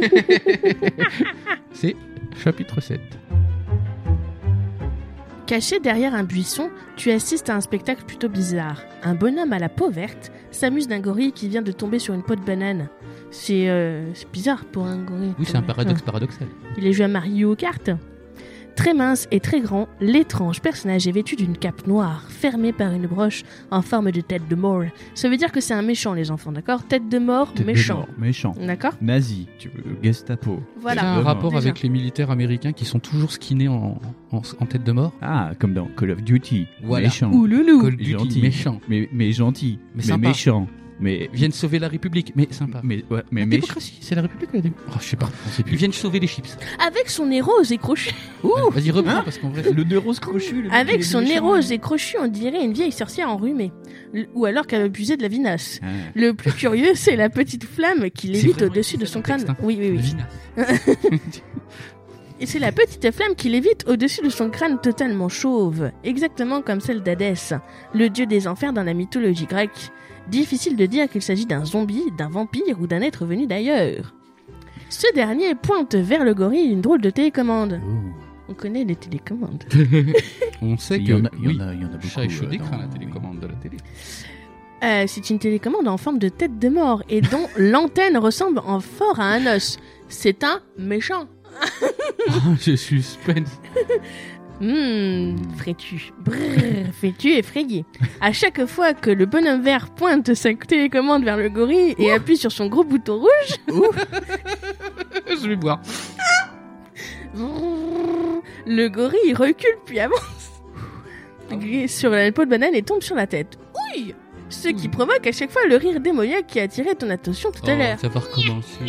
C'est chapitre sept. Caché derrière un buisson, tu assistes à un spectacle plutôt bizarre. Un bonhomme à la peau verte s'amuse d'un gorille qui vient de tomber sur une peau de banane. C'est euh, c'est bizarre pour un gorille. Oui, c'est un paradoxe paradoxal. Il est joué à Mario Kart. Très mince et très grand, l'étrange personnage est vêtu d'une cape noire, fermée par une broche en forme de tête de mort. Ça veut dire que c'est un méchant, les enfants, d'accord? Tête de mort, Tête de méchant. mort, Méchant. D'accord? Nazi, tu veux, Gestapo. Voilà. C'est un Déjà. rapport Déjà. avec les militaires américains qui sont toujours skinés en, en, en tête de mort. Ah, comme dans Call of Duty. Voilà. Méchant. Ouloulou. Call Duty, gentil. méchant. Mais, mais gentil. Mais Mais, sympa. méchant. Mais... Ils viennent sauver la République, mais sympa. Mais, ouais, mais la méchant. démocratie, c'est la République ou la démocratie? Oh, je sais pas. On sait Ils plus. viennent sauver les chips. Avec son nez rose et crochu. Vas-y, reprends Hein parce qu'en vrai. Le nez rose crochu. le mec, il Avec est son nez méchant. rose et crochu, on dirait une vieille sorcière enrhumée. L- Ou alors qu'elle a abusé de la vinasse. Ah. Le plus curieux, c'est la petite flamme qui lévite vraiment au-dessus écrit de ça son dans le crâne. texte, hein. Oui, oui, oui. Vina. Et c'est la petite flamme qui lévite au-dessus de son crâne totalement chauve, exactement comme celle d'Hadès, le dieu des enfers dans la mythologie grecque. Difficile de dire qu'il s'agit d'un zombie, d'un vampire ou d'un être venu d'ailleurs. Ce dernier pointe vers le gorille une drôle de télécommande. On connaît les télécommandes. On sait Il que y en a, il y oui, en a, il y en a beaucoup. chat échaudé euh, craint dans- la télécommande de la télé. Euh, c'est une télécommande en forme de tête de mort et dont l'antenne ressemble en fort à un os. C'est un méchant. Oh, je suspense. Hum, frais-tu. Brrr, fais-tu effrayé. À chaque fois que le bonhomme vert pointe sa télécommande vers le gorille et appuie sur son gros bouton rouge, Je vais boire. brrr, le gorille recule puis avance sur la peau de banane et tombe sur la tête. Oui. Ce qui provoque à chaque fois le rire démoniaque qui a attiré ton attention tout à Oh, l'heure. ça va recommencer.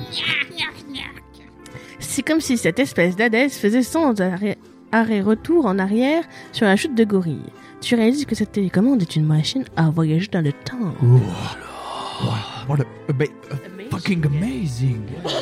C'est comme si cette espèce d'Hadès faisait sans arrêt, arrêt-retour en arrière sur la chute de gorille. Tu réalises que cette télécommande est une machine à voyager dans le temps. What a, ama- fucking amazing.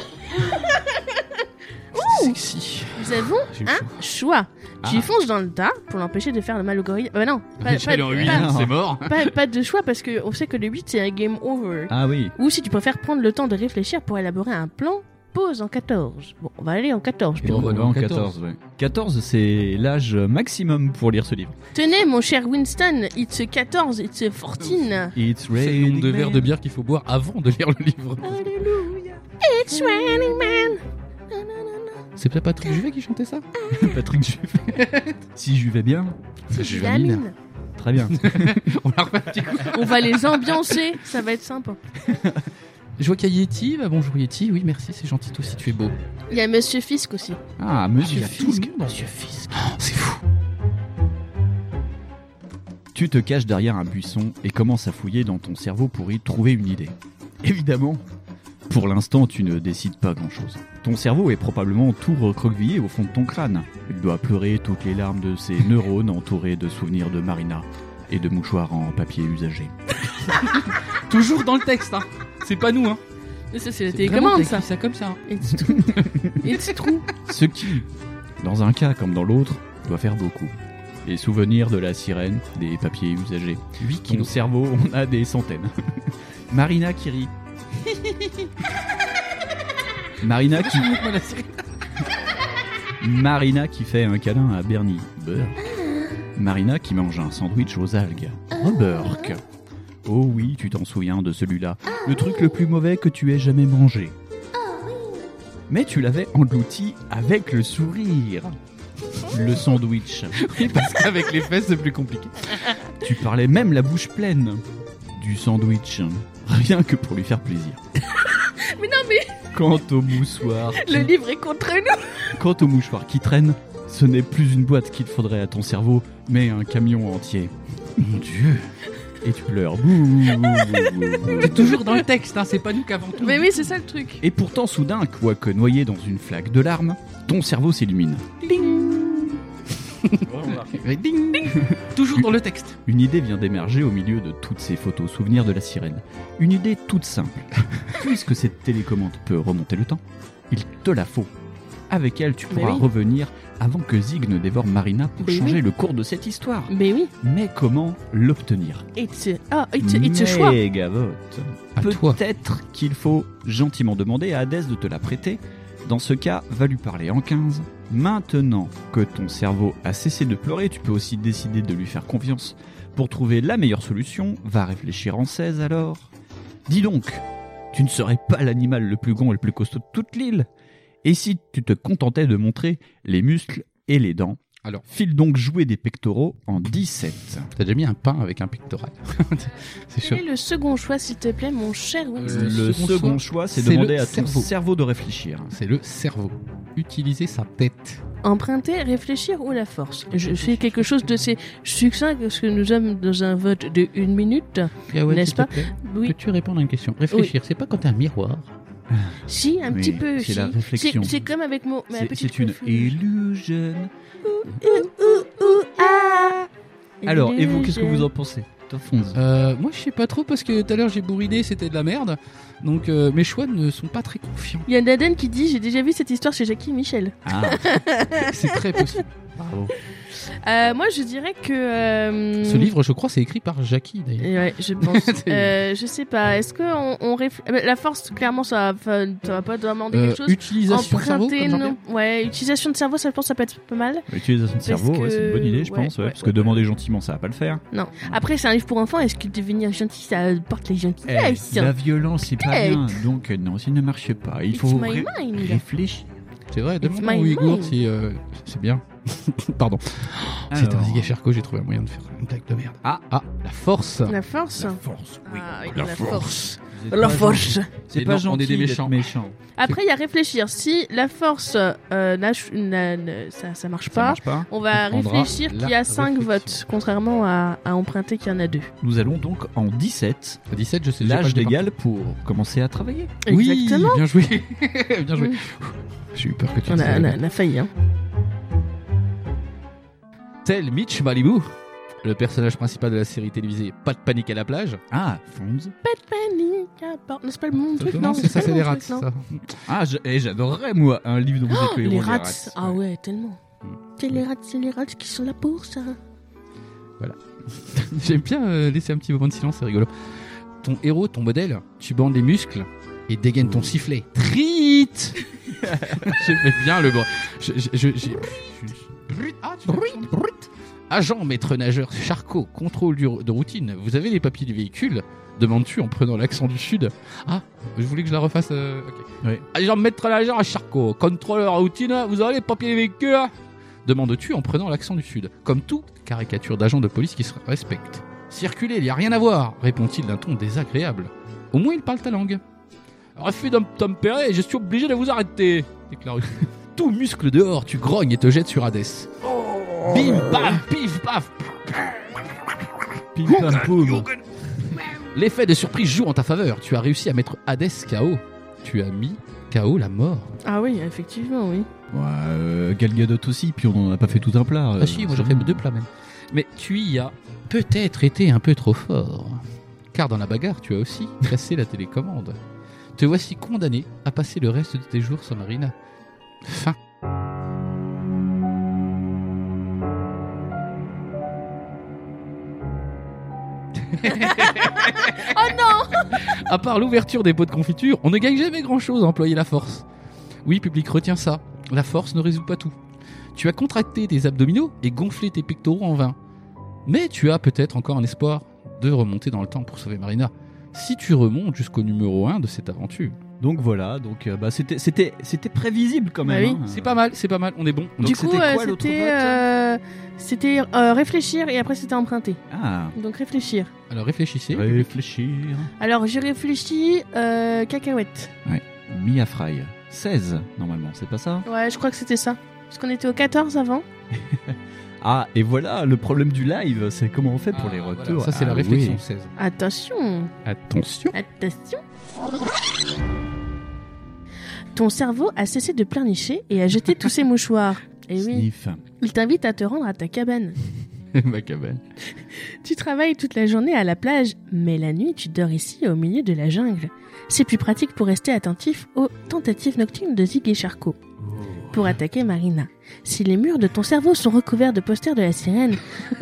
Sexy. Nous avons J'ai eu un chaud. choix. Tu Ah. fonces dans le tas pour l'empêcher de faire le mal au gorille. Euh, non, pas, Déjà, pas- il est en huit, pas- c'est mort. pas- pas de choix parce qu'on sait que le huit c'est un game over. Ah oui. Ou si tu préfères prendre le temps de réfléchir pour élaborer un plan, pose en quatorze. Bon, on va aller en quatorze. Bon, On bah, va non, en quatorze. quatorze, ouais. quatorze, c'est l'âge maximum pour lire ce livre. Tenez, mon cher Winston, it's a quatorze, it's a quatorze. It's C'est le nombre de raining verres de bière qu'il faut boire avant de lire le livre. Alléluia. It's raining man. C'est peut-être Patrick Juvet qui chantait ça Patrick Juvet. Si je vais bien, Vitamine. très bien. On la refait un petit coup. On va les ambiancer, ça va être sympa. Je vois qu'il y a Yeti. Bah, bonjour Yeti. Oui, merci, c'est gentil. Toi aussi, tu es beau. Il y a Monsieur Fisk aussi. Ah, monsieur Il y a tout le Fisk. monde. Monsieur Fisk. Oh, c'est fou. Tu te caches derrière un buisson et commences à fouiller dans ton cerveau pour y trouver une idée. Évidemment, pour l'instant, tu ne décides pas grand-chose. Ton cerveau est probablement tout recroquevillé au fond de ton crâne. Il doit pleurer toutes les larmes de ses neurones entourés de souvenirs de Marina et de mouchoirs en papier usagé. Toujours dans le texte, hein. C'est pas nous, hein. Mais ça, c'est la C'est télécommande, vraiment ça. écrit ça comme ça. hein. It's true. It's true. Ce qui, dans un cas comme dans l'autre, doit faire beaucoup. Les souvenirs de la sirène, des papiers usagés. huit Ton kilos. cerveau en a des centaines. Marina qui rit. Marina qui... Marina qui fait un câlin à Bernie. Beurre. Marina qui mange un sandwich aux algues. Reburk. Oh oui, tu t'en souviens de celui-là. Le truc le plus mauvais que tu aies jamais mangé. Mais tu l'avais englouti avec le sourire. Le sandwich. Oui, parce qu'avec les fesses, c'est plus compliqué. Tu parlais même la bouche pleine du sandwich. Rien que pour lui faire plaisir. Mais non, mais Quant au moussoir... qui- le livre est contre nous. Quant au mouchoir qui traîne, ce n'est plus une boîte qu'il faudrait à ton cerveau, mais un camion entier. Mon Dieu. Et tu pleures. Bouh, bouh, bouh, bouh. C'est toujours dans le texte, hein. C'est pas nous qu'avant tout. Mais oui, c'est ça le truc. Et pourtant, soudain, quoique noyé dans une flaque de larmes, ton cerveau s'illumine. Mais ding, ding. Toujours dans le texte. Une idée vient d'émerger au milieu de toutes ces photos souvenirs de la sirène. Une idée toute simple. Puisque cette télécommande peut remonter le temps, il te la faut. Avec elle, tu Mais pourras oui. revenir avant que Zig ne dévore Marina pour Mais changer oui. le cours de cette histoire. Mais oui, Mais comment l'obtenir? it's a, ah, it's a, it's a choix. Mégavote. À toi. Peut-être qu'il faut gentiment demander à Hadès de te la prêter. Dans ce cas, va lui parler en quinze. Maintenant que ton cerveau a cessé de pleurer, tu peux aussi décider de lui faire confiance pour trouver la meilleure solution. Va réfléchir en seize alors. Dis donc, tu ne serais pas l'animal le plus grand et le plus costaud de toute l'île? Et si tu te contentais de montrer les muscles et les dents? Alors. File donc jouer des pectoraux en dix-sept. T'as déjà mis un pain avec un pectoral. C'est chaud. Quel est le second choix, s'il te plaît, mon cher Winston? Euh, Le second second choix, choix, c'est c'est demander le à ton cerveau. cerveau de réfléchir. C'est le cerveau. Utiliser sa tête. Emprunter, réfléchir ou la force? Je fais quelque chose de ces succinct parce que nous sommes dans un vote de une minute. Gawain, N'est-ce s'il te pas plaît, Oui. Peux-tu répondre à une question? Réfléchir, c'est pas quand t'as un miroir. Si, un Oui, petit peu. c'est si. la réflexion. C'est c'est comme avec mon, ma C'est petite c'est une refuge. illusion. Ouh, ouh, ah. Alors, et vous, qu'est-ce que vous Illusion. en pensez? Top onze. Euh, moi, je sais pas trop parce que tout à l'heure j'ai bourridé, c'était de la merde. Donc euh, mes choix ne sont pas très confiants. Il y a Daden qui dit: j'ai déjà vu cette histoire chez Jackie Michel. Ah, C'est très possible. bravo. Euh, moi, je dirais que. euh, Ce livre, je crois, c'est écrit par Jackie d'ailleurs. Ouais, je pense. C'est- euh, je sais pas. Est-ce que on, on réfl- euh, la force, clairement, ça va, ça va pas demander Euh, quelque chose. utilisation de cerveau, Emprunter, comme non. Ouais, utilisation de cerveau, ça, je pense, que ça peut être pas mal. L'utilisation de cerveau, que- ouais, c'est une bonne idée, je ouais, pense. ouais, ouais, parce que ouais, demander gentiment, ça va pas le faire. Non. Après, c'est un livre pour enfants. Est-ce que devenir gentil, ça porte les gentillesses? Eh, la violence, c'est pas Peut-être. bien. Donc, euh, non, ça ne marche pas. Il It's faut my ré- mind. réfléchir. C'est vrai, demande my aux Ouïghours mind. si euh, c'est bien. Pardon. C'est un Alors. Zig et Charcot, j'ai trouvé un moyen de faire une blague de merde. Ah. ah, la force. La force. force, Ah, oui, La la force. force. Vous êtes La pas force. gentil. C'est Et pas non, gentil on est des d'être méchants. méchant. Après, il y a réfléchir. Si la force, euh, n'a- n'a- n'a- ça, ça marche Ça pas, marche pas. on va On prendra réfléchir qu'il y la a cinq réflexion. votes, contrairement à, à emprunter qu'il y en a deux. Nous allons donc en dix-sept, À dix-sept, je sais j'ai pas l'âge le départ. légal pour commencer à travailler. Exactement. Oui, bien joué. bien joué. Mm. J'ai eu peur que tu On dises a, la on a- blague. on a failli, hein. Tel Mitch Malibu, le personnage principal de la série télévisée Pas de panique à la plage. Ah, Fonz. Panique à bord. Non, c'est pas le mon truc, non, c'est ça, pas c'est le les mon rats. truc, non. ça. Ah, je- eh, j'adorerais, moi, un livre dont vous êtes le héros. Les des rats. rats. Ah ouais, tellement. Mm. C'est les rats, c'est les rats qui sont là pour ça. J'aime bien euh, laisser un petit moment de silence, c'est rigolo. Ton héros, ton modèle, tu bandes les muscles et dégaines ton sifflet. Trit. J'aimais bien le bon. Je, je, je, j'ai- je- Ah, tu Agent maître nageur Charcot, contrôle du- de routine. Vous avez les papiers du véhicule? Demandes-tu en prenant l'accent du sud. Ah, je voulais que je la refasse. euh, ok. Ouais. Agent maître nageur Charcot, contrôleur de routine. Vous avez les papiers du véhicule? Demandes-tu en prenant l'accent du sud. Comme toute caricature d'agent de police qui se respecte. Circulez, il n'y a rien à voir, répond-il d'un ton désagréable. Au moins il parle ta langue. Refus d'obtempérer, je suis obligé de vous arrêter, déclare. Tout muscle dehors, tu grognes et te jettes sur Hadès. Bim, bam, pif, paf. Pim, pam, poum. L'effet de surprise joue en ta faveur. Tu as réussi à mettre Hadès K O. Tu as mis K O la mort. Ah oui, effectivement, oui. Ouais, euh, Gal Gadot aussi, puis on en a pas fait tout un plat. euh, Ah si, moi j'en c'est fais bon. deux plats même. Mais tu y as peut-être été un peu trop fort. Car dans la bagarre, tu as aussi cassé la télécommande. Te voici condamné à passer le reste de tes jours sans Marina. Fin. Oh non. À part l'ouverture des pots de confiture, on ne gagne jamais grand-chose à employer la force. Oui, public, retiens ça. La force ne résout pas tout. Tu as contracté tes abdominaux et gonflé tes pectoraux en vain. Mais tu as peut-être encore un espoir de remonter dans le temps pour sauver Marina. Si tu remontes jusqu'au numéro un de cette aventure. Donc voilà, donc euh, bah, c'était, c'était, c'était prévisible quand même. Ah oui. hein. C'est pas mal, c'est pas mal, on est bon. Donc du coup, c'était euh, quoi l'autre c'était, vote euh, c'était euh, réfléchir et après c'était emprunter. Ah, Donc réfléchir. Alors réfléchissez. réfléchir. Alors j'ai réfléchi euh, cacahuète. Mia Fry. seize, normalement, c'est pas ça? Ouais, je crois que c'était ça. Parce qu'on était au quatorze avant. Ah, et voilà, le problème du live, c'est comment on fait pour Ah, les voilà, retours. ça c'est Ah la réflexion oui. seize. Attention, Attention. attention. Ton cerveau a cessé de pleurnicher et a jeté tous ses mouchoirs. Et oui, Sniff. il t'invite à te rendre à ta cabane. Ma cabane. Tu travailles toute la journée à la plage, mais la nuit tu dors ici au milieu de la jungle. C'est plus pratique pour rester attentif aux tentatives nocturnes de Zig et Charcot. Pour attaquer Marina. Si les murs de ton cerveau sont recouverts de posters de la sirène,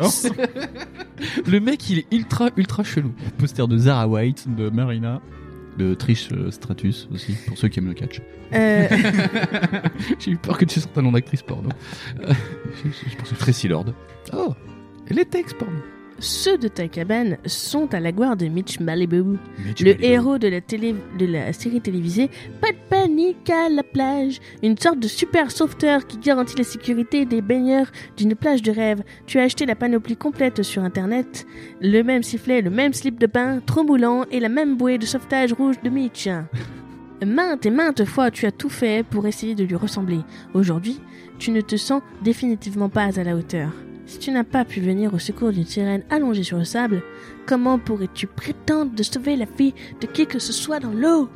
Le mec il est ultra ultra chelou. Poster de Zara White, de Marina, de Trish euh, Stratus aussi, pour ceux qui aiment le catch. euh, J'ai eu peur que tu sortes un nom d'actrice porno. Euh, je, je, je pensais Tracy Lord. Oh, les textes porno. ceux de ta cabane sont à la gloire de Mitch Malibu, le héros de la, télé, de la série télévisée Pas de panique à la plage, une sorte de super sauveteur qui garantit la sécurité des baigneurs d'une plage de rêve. Tu as acheté la panoplie complète sur internet, le même sifflet, le même slip de bain, trop moulant et la même bouée de sauvetage rouge de Mitch. Maintes et maintes fois tu as tout fait pour essayer de lui ressembler. Aujourd'hui, tu ne te sens définitivement pas à la hauteur. Si tu n'as pas pu venir au secours d'une sirène allongée sur le sable, comment pourrais-tu prétendre de sauver la vie de qui que ce soit dans l'eau?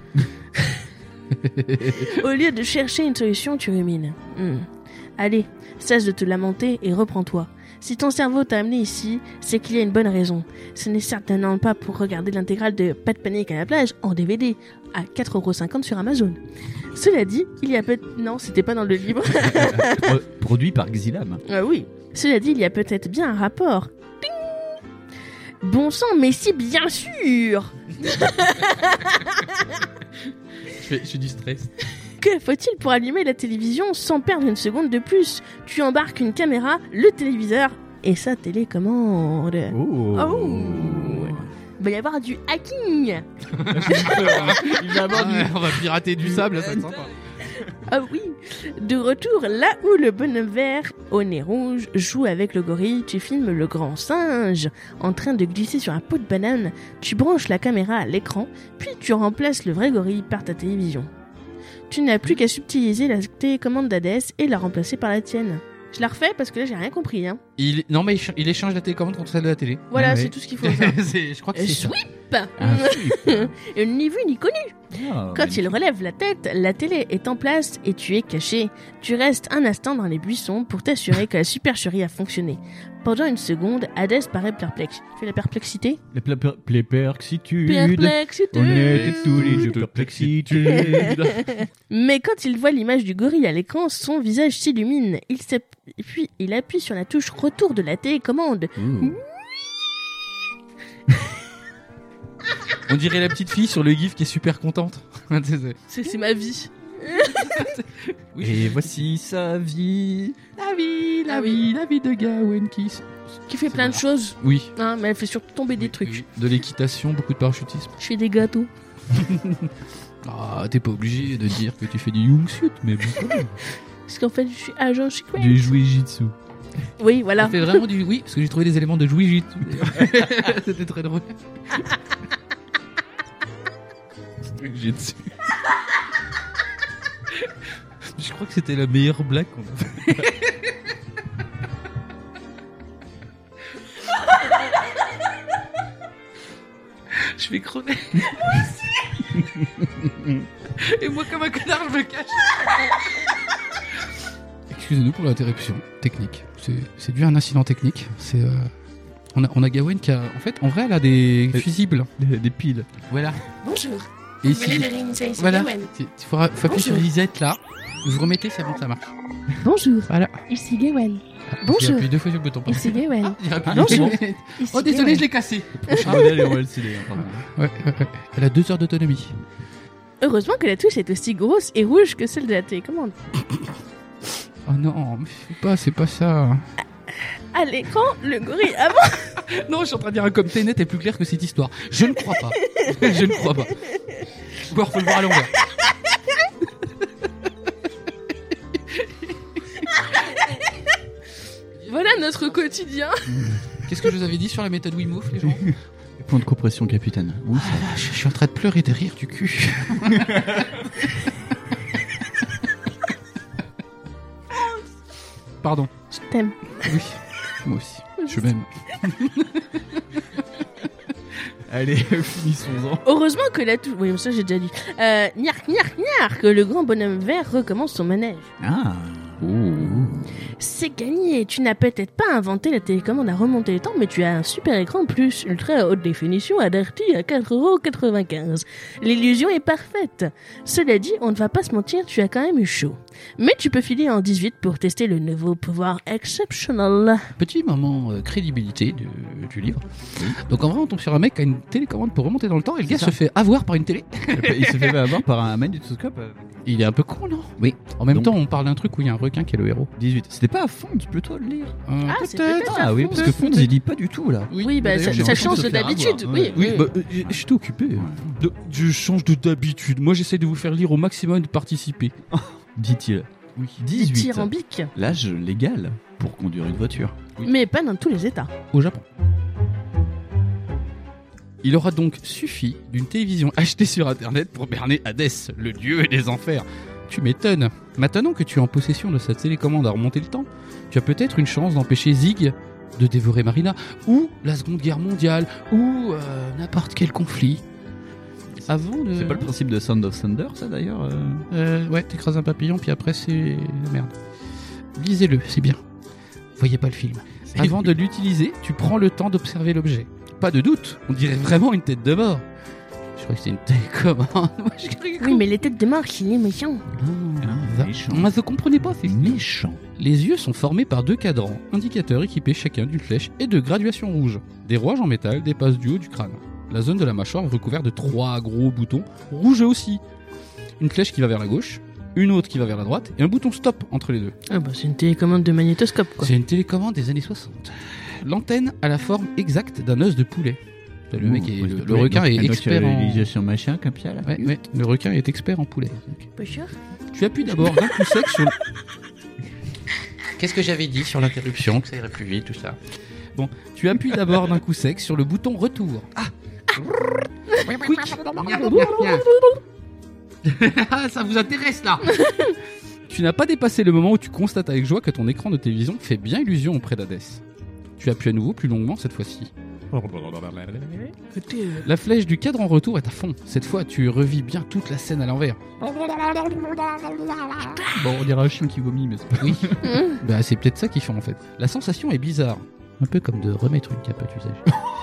Au lieu de chercher une solution, tu rumines. Hmm. Allez, cesse de te lamenter et reprends-toi. Si ton cerveau t'a amené ici, c'est qu'il y a une bonne raison. Ce n'est certainement pas pour regarder l'intégrale de Pas de panique à la plage en D V D à quatre euros cinquante sur Amazon. Cela dit, il y a peut... Non, c'était pas dans le livre. Pro- produit par Xilam. Ah oui. Cela dit, il y a peut-être bien un rapport. Ding. Bon sang, mais si, bien sûr. Je fais, je fais du stress. Que faut-il pour allumer la télévision sans perdre une seconde de plus? Tu embarques une caméra, le téléviseur et sa télécommande. Oh. Oh. Il va y avoir du hacking. Il va avoir du... Ah, on va pirater du sable, ça va être sympa. Ah oui. De retour là où le bonhomme vert au nez rouge joue avec le gorille, tu filmes le grand singe en train de glisser sur un pot de banane. Tu branches la caméra à l'écran, puis tu remplaces le vrai gorille par ta télévision. Tu n'as plus qu'à subtiliser la télécommande d'Hadès et la remplacer par la tienne. Je la refais parce que là j'ai rien compris. Hein. Il... Non, mais il, ch- il échange la télécommande contre celle de la télé. Voilà, Ah, c'est ouais. tout ce qu'il faut faire. C'est- Je crois que Euh, c'est ça. Sweep Ah, super. Et ni vu ni connu. Ah, Quand il relève la tête, la télé est en place et tu es caché. Tu restes un instant dans les buissons pour t'assurer que la supercherie a fonctionné. Pendant une seconde, Hadès paraît perplexe. Tu fais la perplexité Les pla- per- les perplexitudes. Perplexité. On était tous les deux perplexitudes. Mais quand il voit l'image du gorille à l'écran, son visage s'illumine. Il s'app- puis il appuie sur la touche retour de la télécommande. On dirait la petite fille sur le gif qui est super contente. C'est- c'est- C'est, c'est ma vie. Oui. Et voici sa vie. La vie, la Ah oui. vie, la vie de Gawain qui... s- Qui fait C'est plein de vrai. choses. Oui. Hein, mais elle fait surtout tomber des trucs. Oui. De l'équitation, beaucoup de parachutisme. Je fais des gâteaux. Ah, t'es pas obligé de dire que tu fais du Youngsuit, mais bon, quand même. Parce qu'en fait, je suis agent secret. Du Jujitsu. Oui, voilà. Ça fait vraiment du... Oui, parce que j'ai trouvé des éléments de Jouijit. C'était très drôle. Jujitsu. Je crois que c'était la meilleure blague qu'on a fait. Je vais crever. Et moi, comme un connard, je me cache. Excusez-nous pour l'interruption technique. C'est, c'est dû à un incident technique. C'est, euh, on a, on a Gawain qui a, en fait, en vrai, elle a des Euh, fusibles. Des, des piles. Voilà. Bonjour. Et ici, voilà. Il faut, faut appuyer sur Bonjour. Lisette là. Vous remettez, c'est bon, ça marche. Bonjour. Voilà. Ici Gawain. J'ai Bonjour. appuyé deux fois sur le bouton. Ici Gawain. Il a appuyé Bonjour. deux fois. Ici Oh, désolé, Gawain. je l'ai cassé. Prochain modèle est en L C D. hein, pardon. Ouais, ouais, ouais. Elle a deux heures d'autonomie. Heureusement que la touche est aussi grosse et rouge que celle de la télécommande. Oh non, mais c'est pas, c'est pas ça. À l'écran, le gorille avance. Non, je suis en train de dire un comme t'es net est plus clair que cette histoire. Je ne crois pas. Je ne crois pas. Ou alors faut le voir à l'envers. Voilà notre quotidien. Qu'est-ce que je vous avais dit sur la méthode Wim Hof, les gens? Point de compression, capitaine. Oui, ça Ah, je, je suis en train de pleurer de rire du cul. Pardon. Je t'aime. Oui, moi aussi. Je m'aime. Allez, finissons-en. Heureusement que la touche... Oui, ça j'ai déjà dit. Euh, niark, niark, niark, que le grand bonhomme vert recommence son manège. Ah. C'est gagné. Tu n'as peut-être pas inventé la télécommande à remonter le temps, mais tu as un super écran plus ultra haute définition adapté à quatre euros quatre-vingt-quinze. L'illusion est parfaite. Cela dit, on ne va pas se mentir, tu as quand même eu chaud. Mais tu peux filer en dix-huit pour tester le nouveau pouvoir exceptionnel. Petit moment euh, crédibilité du, du livre. Donc en vrai, on tombe sur un mec qui a une télécommande pour remonter dans le temps et le gars ça. se fait avoir par une télé. Il se fait avoir par un magnétoscope. euh, Il est un peu con, non? Oui. En même Donc- temps, on parle d'un truc où il y a un requin qui est le héros. dix-huit. C'était pas à fond, plutôt le lire. Euh, Ah, c'est peut-être Ah à oui, fond. parce que Fonds, il lit pas du tout là. Oui, bah, d'ailleurs, ça, j'ai ça envie change se de faire d'habitude. avoir. Oui, Oui, oui. bah, euh, j'étais occupé. De- je change de d'habitude. Moi, j'essaie de vous faire lire au maximum et de participer. Dit-il. Oui. Des dix-huit. tyrambiques. L'âge légal pour conduire une voiture. Oui. Mais pas dans tous les états. Au Japon. Il aura donc suffi d'une télévision achetée sur internet pour berner Hadès, le dieu des enfers. Tu m'étonnes. Maintenant que tu es en possession de sa télécommande à remonter le temps, tu as peut-être une chance d'empêcher Zig de dévorer Marina, ou la Seconde Guerre mondiale, ou euh, n'importe quel conflit. Avant de... C'est pas le principe de Sound of Thunder, ça d'ailleurs euh Euh, ouais, t'écrases un papillon, puis après c'est la merde. Lisez-le, c'est bien. Voyez pas le film. Avant de l'utiliser, tu prends le temps d'observer l'objet. Pas de doute, on dirait vraiment une tête de mort. Je crois que c'est une télécommande. Moi, je croyais que- Oui, mais les têtes de mort, il est méchant. Ah, méchant. Moi, je comprenais pas, c'est Méchant. Les yeux sont formés par deux cadrans, indicateurs équipés chacun d'une flèche et de graduations rouges. Des rouages en métal dépassent du haut du crâne. La zone de la mâchoire est recouverte de trois gros boutons, rouges aussi. Une flèche qui va vers la gauche, une autre qui va vers la droite, et un bouton stop entre les deux. Ah bah c'est une télécommande de magnétoscope quoi. C'est une télécommande des années soixante. L'antenne a la forme exacte d'un os de poulet. Le mec est, le, le requin est expert en... Réalisation machin, comme ça là. Ouais, ouais, le requin est expert en poulet. Pas cher. Tu appuies d'abord d'un coup sec sur... Qu'est-ce que j'avais dit sur l'interruption, que ça irait plus vite, tout ça. Bon, tu appuies d'abord d'un coup sec sur le bouton retour. Ah, Quick. Ah, ça vous intéresse là. Tu n'as pas dépassé le moment où tu constates avec joie que ton écran de télévision fait bien illusion auprès d'Hadès. Tu appuies à nouveau plus longuement cette fois-ci. La flèche du cadre en retour est à fond. Cette fois, tu revis bien toute la scène à l'envers. Bon, on dirait un chien qui vomit, mais c'est pas... Oui, bah, c'est peut-être ça qu'ils font en fait. La sensation est bizarre. Un peu comme de remettre une capote usage.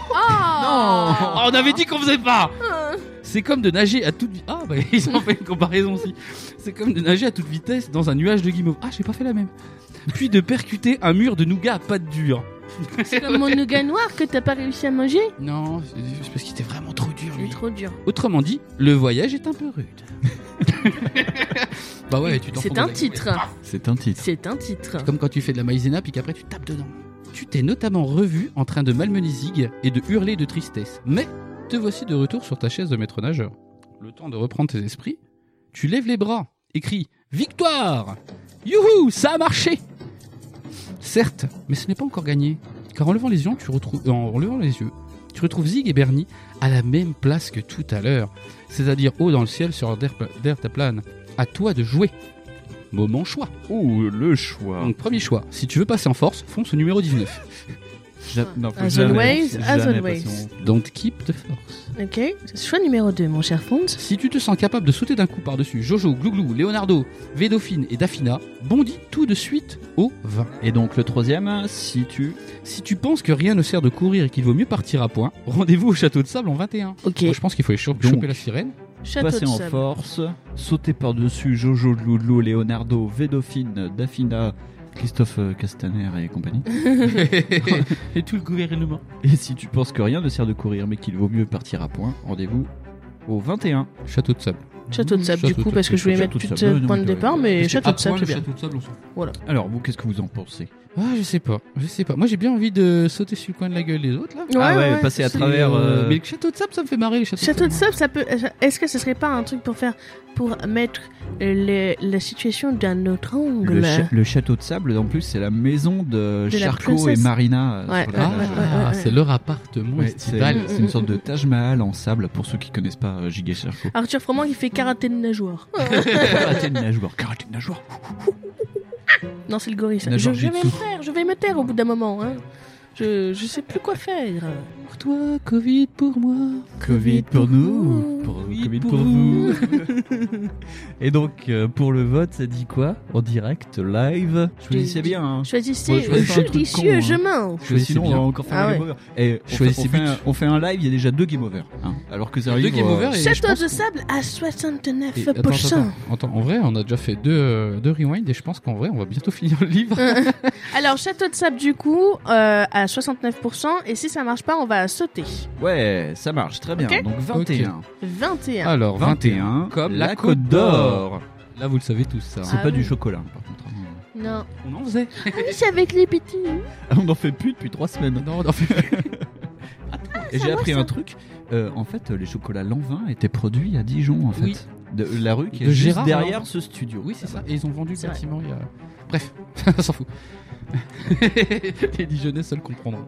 Oh, Oh, on avait dit qu'on faisait pas. C'est comme de nager à toute vitesse. Ah, bah, ils ont fait une comparaison aussi. C'est comme de nager à toute vitesse dans un nuage de guimauve. Ah, j'ai pas fait la même. Puis de percuter un mur de nougat à pâte dure. C'est comme mon nougat noir que t'as pas réussi à manger. Non, c'est c'est parce qu'il était vraiment trop dur, Il lui. est trop dur. Autrement dit, le voyage est un peu rude. Bah ouais, tu t'en C'est fous un de la- titre. C'est un titre. C'est un titre. Comme quand tu fais de la maïzena puis qu'après tu tapes dedans. Tu t'es notamment revu en train de malmener Zig et de hurler de tristesse. Mais te voici de retour sur ta chaise de maître nageur. Le temps de reprendre tes esprits, tu lèves les bras et cries « Victoire ! Youhou, ça a marché !» Certes, mais ce n'est pas encore gagné. Car en levant les yeux, tu retrouves, euh, en levant les yeux, tu retrouves Zig et Bernie à la même place que tout à l'heure. C'est-à-dire haut dans le ciel sur d'air d'air ta plane. À toi de jouer. Moment choix. Ouh, le choix. Donc premier choix, si tu veux passer en force, fonce au numéro dix-neuf. Ja- non, faut As jamais- always, as jamais always. passer en- Don't keep the force. Ok. Choix numéro deux, mon cher Fonz. Si tu te sens capable de sauter d'un coup par-dessus Jojo, Glouglou, Leonardo, Védophine et Daphina, bondis tout de suite au vingt. Et donc le troisième, si tu... Si tu penses que rien ne sert de courir et qu'il vaut mieux partir à point, rendez-vous au château de sable en vingt et un. Ok. Moi, je pense qu'il faut aller cho- Donc, choper la sirène. Château passer de en sable. force, sauter par-dessus Jojo, Loulou, Leonardo, Védophine, Daphina, Christophe euh, Castaner et compagnie. Et tout le gouvernement. Et si tu penses que rien ne sert de courir mais qu'il vaut mieux partir à point, rendez-vous au vingt et un. Château de sable. Château de sable, Château du coup, de parce que je voulais Château mettre de plus sable, de non, point de mais départ, ouais. mais Parce château qu'à de sable, point, c'est le bien. château de sable, on s'en fout. Alors vous, qu'est-ce que vous en pensez? Ah, je sais pas. Je sais pas. Moi, j'ai bien envie de sauter sur le coin de la gueule des autres, là. Ah ouais, passer à c'est- travers... euh, Mais le château de sable, ça me fait marrer, les châteaux Château de sable. sable, ça peut. Est-ce que ce serait pas un truc pour faire, pour mettre le- la situation d'un autre angle? Le, cha- le château de sable, en plus, c'est la maison de, De la Charcot et princesse. Marina. euh, Ouais, sur ouais, la Ah, plage. ouais, ouais, ouais. c'est leur appartement Ouais, c'est estival. Mm, c'est mm, une sorte de Taj Mahal en sable pour ceux qui connaissent pas euh, Giga Charcot. Arthur Froment qui fait karaté de nageoire. Karaté de nageoire, karaté de nageoire. Non, c'est le gorille. ça. Je, Nageoire je vais jutsu. me taire, je vais me taire au bout d'un moment. Hein. Je, je sais plus quoi faire. Pour toi, Covid pour moi. Covid pour nous, pour Covid Covid pour pour vous. Et donc euh, pour le vote, ça dit quoi? En direct, live. Choisissez bien. Hein. Choisissez Ouais, choisissez un truc judicieux, con, hein. je mange. Choisissez Sinon, on bien. va encore faire Ah un ouais. game over. Et on fait, Choisissez on, fait but. un, on fait un live, il y a déjà deux game over. Hein. Alors que ça arrive. Deux game euh, over et je Château pense de que- sable à soixante-neuf Et attends, pour cent. attends, attends, attends, en vrai, on a déjà fait deux, euh, deux rewinds et je pense qu'en vrai, on va bientôt finir le livre. Alors, château de sable, du coup, euh, à soixante-neuf pour cent. Et si ça marche pas, on va sauter. Ouais, ça marche très bien. Ok. Donc vingt et un. vingt et un. Alors, vingt et un, vingt et un, comme la la Côte Côte d'Or. d'Or. Là, vous le savez tous, ça. C'est Ah pas oui. du chocolat, par contre. hein. Non. On en faisait. Ah oui, c'est avec les petits. On en fait plus depuis trois semaines. Non, on en fait plus. Et ça j'ai va, appris ça. un truc. Euh, en fait, les chocolats Lanvin étaient produits à Dijon, en fait. Oui. De la rue qui est De juste Gérard derrière Lanvin. ce studio. Oui, c'est ça. Et ils ont vendu le C'est vrai. bâtiment il y a. Bref, on s'en fout. Les Dijonnais seuls comprendront.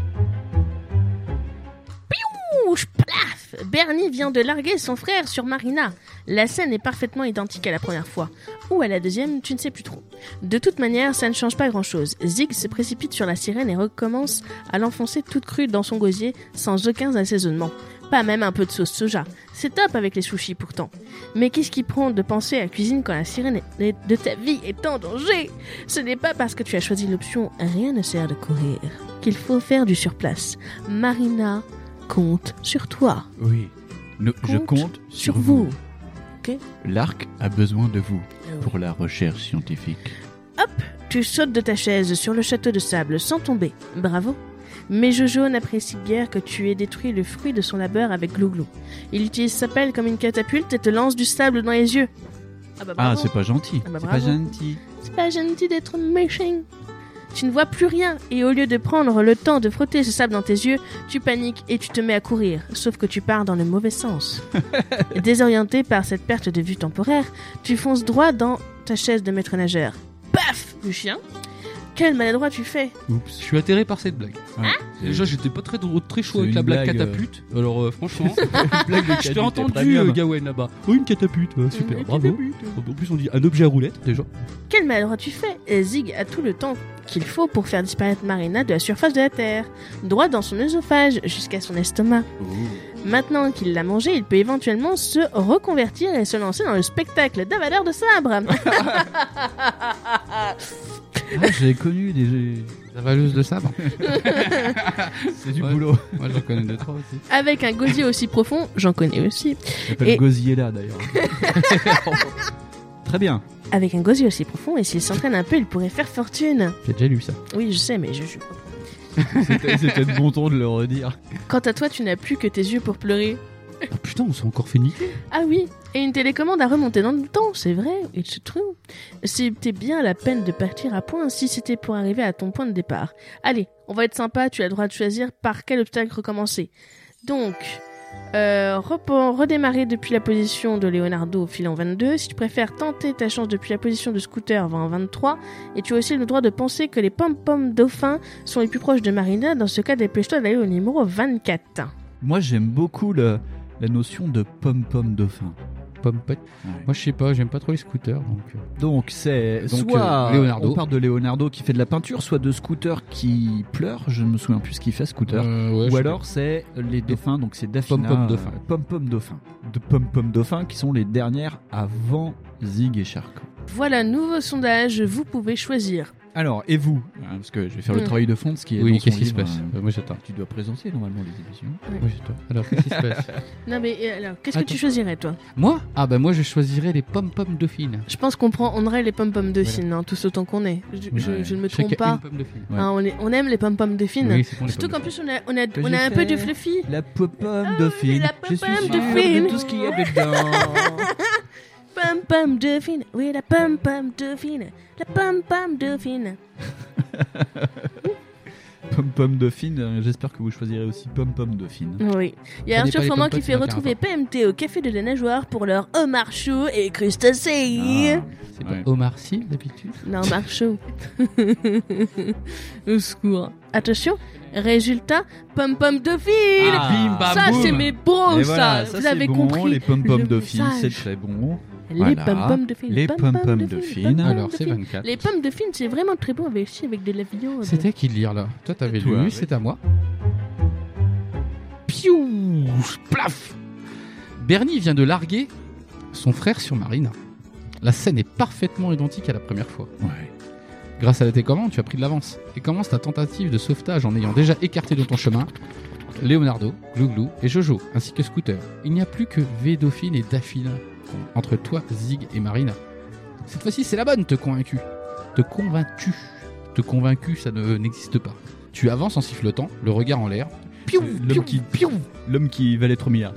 Ouch, plaf. Bernie vient de larguer son frère sur Marina. La scène est parfaitement identique à la première fois. Ou à la deuxième, tu ne sais plus trop. De toute manière, ça ne change pas grand-chose. Zig se précipite sur la sirène et recommence à l'enfoncer toute crue dans son gosier sans aucun assaisonnement. Pas même un peu de sauce soja. C'est top avec les sushis pourtant. Mais qu'est-ce qui prend de penser à la cuisine quand la sirène est- de ta vie est en danger? Ce n'est pas parce que tu as choisi l'option « rien ne sert de courir » qu'il faut faire du surplace. Marina compte sur toi. Oui. Nous- je Compte compte Sur vous. L'arc a besoin de vous pour la recherche scientifique. Tu sautes de ta chaise sur le château de sable sans tomber. Bravo. Mais Jojo n'apprécie guère que tu aies détruit le fruit de son labeur avec Glouglou. Il utilise sa pelle comme une catapulte et te lance du sable dans les yeux. Ah bah Ah, bravo. c'est pas gentil. Ah bah c'est pas bravo. gentil. C'est pas gentil d'être méchant. Tu ne vois plus rien et au lieu de prendre le temps de frotter ce sable dans tes yeux, tu paniques et tu te mets à courir. Sauf que tu pars dans le mauvais sens. Désorienté par cette perte de vue temporaire, tu fonces droit dans ta chaise de maître nageur. Paf, le chien. Quel maladroit tu fais. Oups. Je suis atterré par cette blague. Ouais. Déjà, j'étais pas très, très chaud C'est avec une la blague, blague, catapute. Alors, euh, franchement, blague de je t'ai cadet, entendu, premium. euh, Gawain, là-bas. Oh, une catapute, ouais, super, Une bravo. En plus, on dit un objet à roulette, déjà. Quel maladroit tu fais. Et Zig a tout le temps qu'il faut pour faire disparaître Marina de la surface de la Terre, droit dans son œsophage jusqu'à son estomac. Maintenant qu'il l'a mangé, il peut éventuellement se reconvertir et se lancer dans le spectacle d'avaleur de sabre. Ah, j'ai connu des. La valeuse de sabre. C'est du Ouais. boulot. Moi, j'en connais deux, trois aussi. Avec un gosier aussi profond, j'en connais aussi. Ça s'appelle Et- Gosier là d'ailleurs. Très bien. Avec un gosier aussi profond, et s'il s'entraîne un peu, il pourrait faire fortune. J'ai déjà lu ça. Oui, je sais, mais je suis pas. C'était c'était de bon ton de le redire. Quant à toi, tu n'as plus que tes yeux pour pleurer. Ah putain, on s'est encore fait niquer. Ah oui, et une télécommande à remonter dans le temps, c'est vrai, it's true. C'était bien la peine de partir à point si c'était pour arriver à ton point de départ. Allez, on va être sympa, tu as le droit de choisir par quel obstacle recommencer. Donc, euh, repo- redémarrer depuis la position de Leonardo filant vingt-deux, si tu préfères tenter ta chance depuis la position de Scooter va en vingt-trois, et tu as aussi le droit de penser que les pom-pom dauphins sont les plus proches de Marina, dans ce cas dépêche-toi d'aller au numéro vingt-quatre. Moi j'aime beaucoup le, la notion de pom-pom dauphin. Pompette. Ouais. Moi, je sais pas, j'aime pas trop les scooters. Donc, euh. Donc c'est Donc, soit euh, Leonardo. on parle de Leonardo qui fait de la peinture, soit de Scooter qui pleure. Je ne me souviens plus ce qu'il fait Scooter. Euh, ouais, je Ou sais alors c'est les dauphins, donc c'est Daphina, Pom-pom dauphin. euh, Pom-pom dauphin, de Pom-pom dauphin qui sont les dernières avant Zig et Charcot. Voilà, nouveau sondage, vous pouvez choisir. Alors et vous, hein, parce que je vais faire le Hmm. travail de fond de ce qui est Oui, dans son qu'est-ce qui se livre, passe euh, Euh, Moi, j'attends. Tu dois présenter normalement les émissions. Moi, j'attends. Alors, qu'est-ce qui se passe Non mais euh, alors, qu'est-ce que Attends. tu choisirais toi? Moi Ah, bah, moi, je choisirais les pom-pom dauphines. Je pense qu'on prend, on aurait les pom-pom dauphines, hein, tous autant qu'on est. Je, je- Ouais. je ne me Chacun trompe pas. une pomme dauphine. Ouais. Hein, on, est- on aime les pom-pom dauphines. Oui, c'est bon, les Surtout pommes qu'en plus on a, on a, Que on j'ai a un peu fait de fluffy. La pom-pom Ah oui, dauphine. la Je suis pom-pom sûr dauphine. de tout ce qu'il y a dedans. Pom-pom dauphine, oui la pom-pom dauphine, la pom-pom dauphine. Pom-pom dauphine. euh, J'espère que vous choisirez aussi pom-pom dauphine. Oui. Il y a Prenez Arthur pas les Froment pom-poms, qui fait ça n'a retrouver aucun P M T au Café de la Nageoire pour leur homard chaud et crustacés. Ah, C'est ouais. pas Omar Sy, d'habitude Non, homard chaud. Au secours. Attention, résultat, pom-pom dauphine. Ah, bim, bam, Ça, boum. c'est mes bros, Et ça. voilà, ça Vous c'est avez bon, compris. les pom-pom le dauphines, c'est message. très bon. Les Voilà. pom-pom dauphines. Les pom-pom pom-pom dauphines, dauphines. pom-pom Alors, c'est dauphines. vingt-quatre. Les pommes dauphines, c'est vraiment très bon avec, aussi avec de la viande. C'était qui de lire là Toi, t'avais Toi, lu, oui. c'est à moi. Piou Plaf Bernie vient de larguer son frère sur Marina. La scène est parfaitement identique à la première fois. Ouais. Grâce à la télécommande, tu as pris de l'avance et commences ta tentative de sauvetage en ayant déjà écarté de ton chemin Leonardo, Glouglou et Jojo, ainsi que Scooter. Il n'y a plus que V Dauphine et Daphina entre toi, Zig et Marina. Cette fois-ci, c'est la bonne, te convaincu. Te convaincu. Te convaincu, ça ne n'existe pas. Tu avances en sifflotant, le regard en l'air. Piou, L'homme piou, qui- piou. L'homme qui valait trop milliards.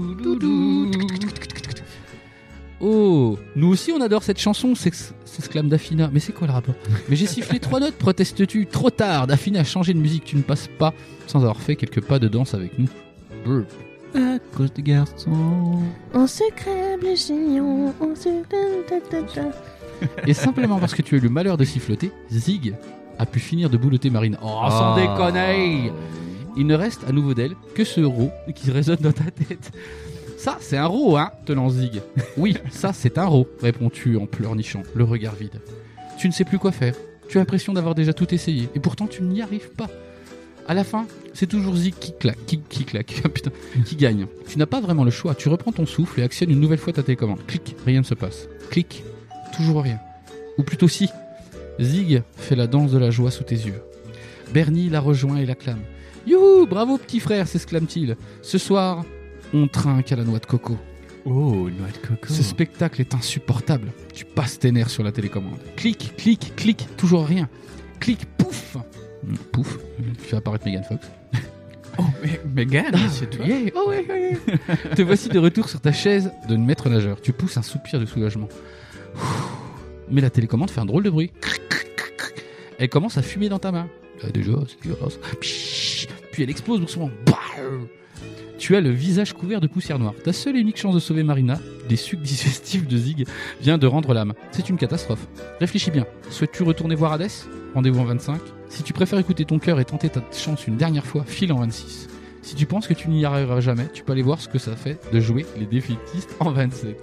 Oh, nous aussi on adore cette chanson, s'ex- s'exclame Daphina. Mais c'est quoi le rapport? Mais j'ai sifflé trois notes, protestes-tu? Trop tard, Daphina a changé de musique, tu ne passes pas sans avoir fait quelques pas de danse avec nous. Brr. À cause des garçons. On se crève les chignons, on se... ta, ta, ta, ta. Et simplement parce que tu as eu le malheur de siffloter, Zig a pu finir de boulotter Marine. Oh, sans Ah. déconner! Il ne reste à nouveau d'elle que ce rot qui résonne dans ta tête. Ça, c'est un rot, hein, te lance Zig. Oui, ça, c'est un rot, réponds-tu en pleurnichant, le regard vide. Tu ne sais plus quoi faire. Tu as l'impression d'avoir déjà tout essayé, et pourtant tu n'y arrives pas. À la fin, c'est toujours Zig qui claque, qui, qui claque, putain, qui gagne. Tu n'as pas vraiment le choix. Tu reprends ton souffle et actionnes une nouvelle fois ta télécommande. Clic, rien ne se passe. Clic, toujours rien. Ou plutôt si. Zig fait la danse de la joie sous tes yeux. Bernie la rejoint et l'acclame. Youhou, bravo petit frère, s'exclame-t-il. Ce soir, on trinque à la noix de coco. Oh, noix de coco. Ce spectacle est insupportable. Tu passes tes nerfs sur la télécommande. Clic, clic, clic, toujours rien. Clic, pouf. Mm, Pouf, tu fais apparaître Megan Fox. Oh, mais Megan, c'est toi. Yeah, oh ouais, ouais. Te voici de retour sur ta chaise de maître nageur. Tu pousses un soupir de soulagement. Mais la télécommande fait un drôle de bruit. Elle commence à fumer dans ta main. Ah, déjà, c'est dégueulasse. Pshhh. Puis elle explose doucement. Bah. Tu as le visage couvert de poussière noire. Ta seule et unique chance de sauver Marina, des sucs digestifs de Zig, vient de rendre l'âme. C'est une catastrophe. Réfléchis bien. Souhaites-tu retourner voir Hadès ? Rendez-vous en vingt-cinq. Si tu préfères écouter ton cœur et tenter ta chance une dernière fois, file en vingt-six. Si tu penses que tu n'y arriveras jamais, tu peux aller voir ce que ça fait de jouer les défaitistes en vingt-sept.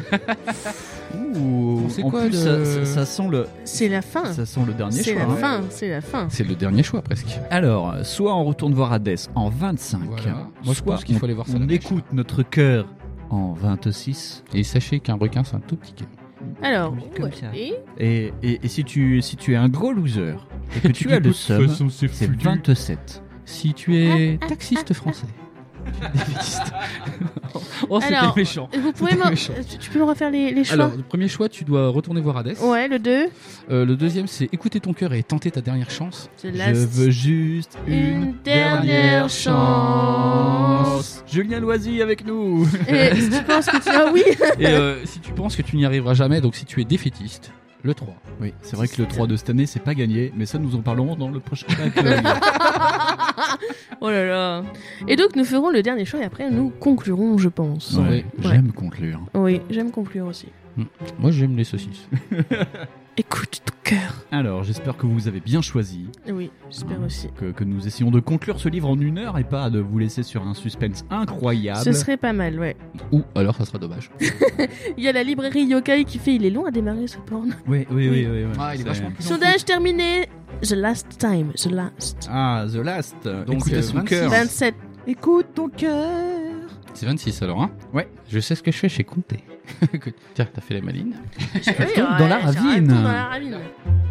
Ouh, C'est en quoi plus, le- ça, ça- ça sent le, C'est la fin. ça sent le dernier C'est choix. la hein. fin. C'est la fin. C'est le dernier choix presque. Alors, soit on retourne voir Hadès en vingt-cinq, Voilà. Moi, je soit pense qu'il on, faut aller voir ça on là-bas. écoute notre cœur en vingt-six. Et sachez qu'un requin, c'est un tout petit cœur. Alors, Comme ouais. ça. Et Et, et, et si, tu, si tu es un gros loser et que tu as le seum, c'est vingt-sept. Si tu es taxiste français. Défaitiste. Oh, c'était Alors, méchant. vous pouvez C'était me... méchant. tu tu peux me refaire les, les choix? Alors, le premier choix, tu dois retourner voir Hadès. Ouais, le deux. Euh, le deuxième, c'est écouter ton cœur et tenter ta dernière chance. C'est Je last. veux juste une, Une dernière chance. Julien Loisy avec nous. Et si tu penses que tu as oui. Et euh, si tu penses que tu n'y arriveras jamais, donc si tu es défaitiste, le trois. Oui, c'est vrai que le trois de cette année, c'est pas gagné, mais ça, nous en parlerons dans le prochain backlog. Oh là là. Et donc nous ferons le dernier choix et après nous conclurons, je pense. Ouais. Ouais, j'aime conclure. Oui, j'aime conclure aussi. Moi, j'aime les saucisses. Écoute ton cœur. Alors, j'espère que vous avez bien choisi, Oui, j'espère aussi. que, que nous essayons de conclure ce livre en une heure et pas de vous laisser sur un suspense incroyable. Ce serait pas mal, ouais. Ou alors, ça sera dommage. Il y a la librairie Yokai qui fait il est long à démarrer ce porn. Oui, oui, oui. Oui. oui, oui. Ah, il est C'est- vachement plus Sondage terminé. The last time, the last. Ah, The Last. Donc, Écoute euh, son vingt-six. cœur. vingt-sept. Écoute ton cœur. C'est vingt-six alors, hein Ouais. Je sais ce que je fais, j'ai compté. Écoute, tiens, t'as fait la maline. Oui, tombe dans la ouais, ravine. ça tombe dans la ravine.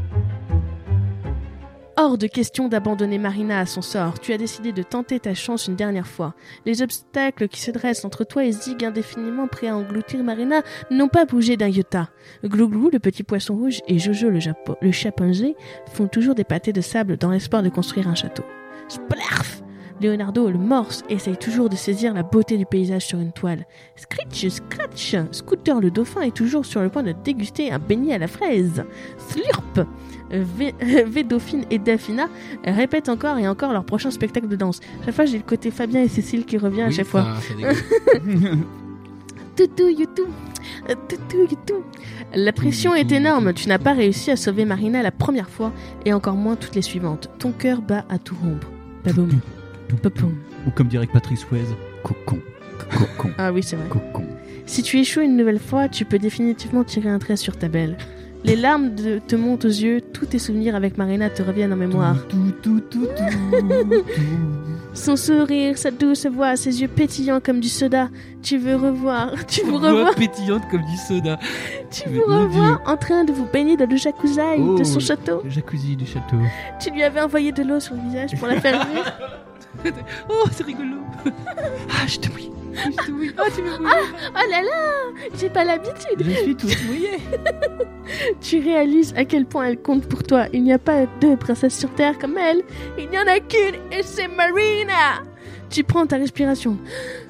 Hors de question d'abandonner Marina à son sort. Tu as décidé de tenter ta chance une dernière fois. Les obstacles qui se dressent entre toi et Zig, indéfiniment prêt à engloutir Marina, n'ont pas bougé d'un iota. Glouglou, le petit poisson rouge, et Jojo, le, japo- le chimpanzé, font toujours des pâtés de sable dans l'espoir de construire un château. Splarf! Leonardo, le morse, essaye toujours de saisir la beauté du paysage sur une toile. Scritch, scratch! Scooter, le dauphin, est toujours sur le point de déguster un beignet à la fraise. Slurp! V- Védauphine et Daphina répètent encore et encore leur prochain spectacle de danse. Chaque fois, j'ai le côté Fabien et Cécile qui revient à Oui, chaque fois. enfin, ça dégoûte. Toutou, youtou. Euh, Toutou, youtou. La pression est énorme. Tu n'as pas réussi à sauver Marina la première fois et encore moins toutes les suivantes. Ton cœur bat à tout rompre. Baboum. Papoum. Ou comme dirait Patrice Swayze, cocon. Cocon. Ah oui, c'est vrai. Cocon. Si tu échoues une nouvelle fois, tu peux définitivement tirer un trait sur ta belle. Les larmes de- te montent aux yeux, tous tes souvenirs avec Marina te reviennent en mémoire. Tout, tout, tout, tout, Son sourire, sa douce voix, ses yeux pétillants comme du soda. Tu veux revoir, tu veux revoir, pétillante comme du soda. tu veux revoir en train de vous baigner dans le jacuzzi Oh. de son château. Le jacuzzi du château. Tu lui avais envoyé de l'eau sur le visage pour la faire rire. Oh, c'est rigolo. Ah, je te prie. Ah, tu me Oh là là, j'ai pas l'habitude. Je suis toute mouillée. Tu réalises à quel point elle compte pour toi. Il n'y a pas deux princesses sur Terre comme elle. Il n'y en a qu'une et c'est Marina. Tu prends ta respiration.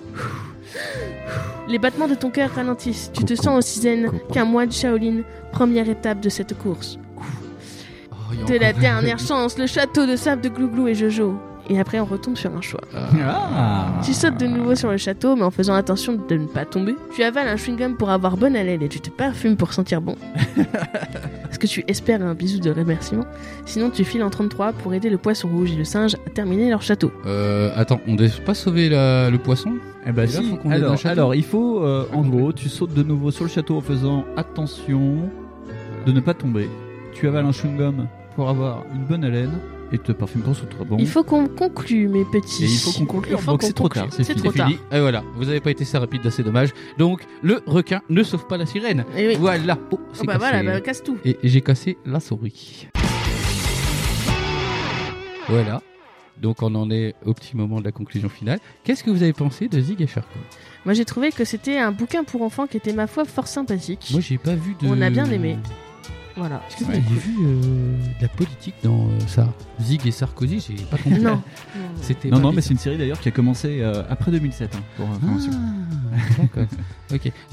Les battements de ton cœur ralentissent. Tu te Coco. sens aussi zen Coco. qu'un moine Shaolin. Première étape de cette course. Oh, il y a De la encore- dernière chance, le château de sable de Glouglou et Jojo. Et après, on retombe sur un choix. Ah. Tu sautes de nouveau sur le château, mais en faisant attention de ne pas tomber. Tu avales un chewing-gum pour avoir bonne haleine et tu te parfumes pour sentir bon. Est-ce que tu espères un bisou de remerciement? Sinon, tu files en trente-trois pour aider le poisson rouge et le singe à terminer leur château. Euh, attends, on devait pas sauver la- le poisson? Eh ben Et là, si. faut qu'on aide alors, un château. alors, il faut, euh, en gros, tu sautes de nouveau sur le château en faisant attention de ne pas tomber. Tu avales un chewing-gum pour avoir une bonne haleine et te parfumes pour sentir bon. Il faut qu'on conclue, mes petits. Et il faut qu'on conclue, Il faut donc qu'on c'est trop conclue. tard, c'est C'est fini. trop C'est tard. fini. Et voilà, vous avez pas été assez rapide, c'est dommage. Donc, le requin ne sauve pas la sirène. Et oui. Voilà. Oh, Oh c'est bah cassé. voilà, bah, casse tout. Et j'ai cassé la souris. Voilà. Donc on en est au petit moment de la conclusion finale. Qu'est-ce que vous avez pensé de Zig et Charcot? Moi, j'ai trouvé que c'était un bouquin pour enfants qui était, ma foi, fort sympathique. Moi j'ai pas vu de... On a bien aimé. Voilà. Est-ce que vous avez vu euh, de la politique dans euh, ça? Zig et Sarkozy, j'ai pas compris. Non. C'était Non, pas non, mais bizarre. c'est une série d'ailleurs qui a commencé euh, après deux mille sept, hein, pour information. Ah, d'accord. Ok. Donc,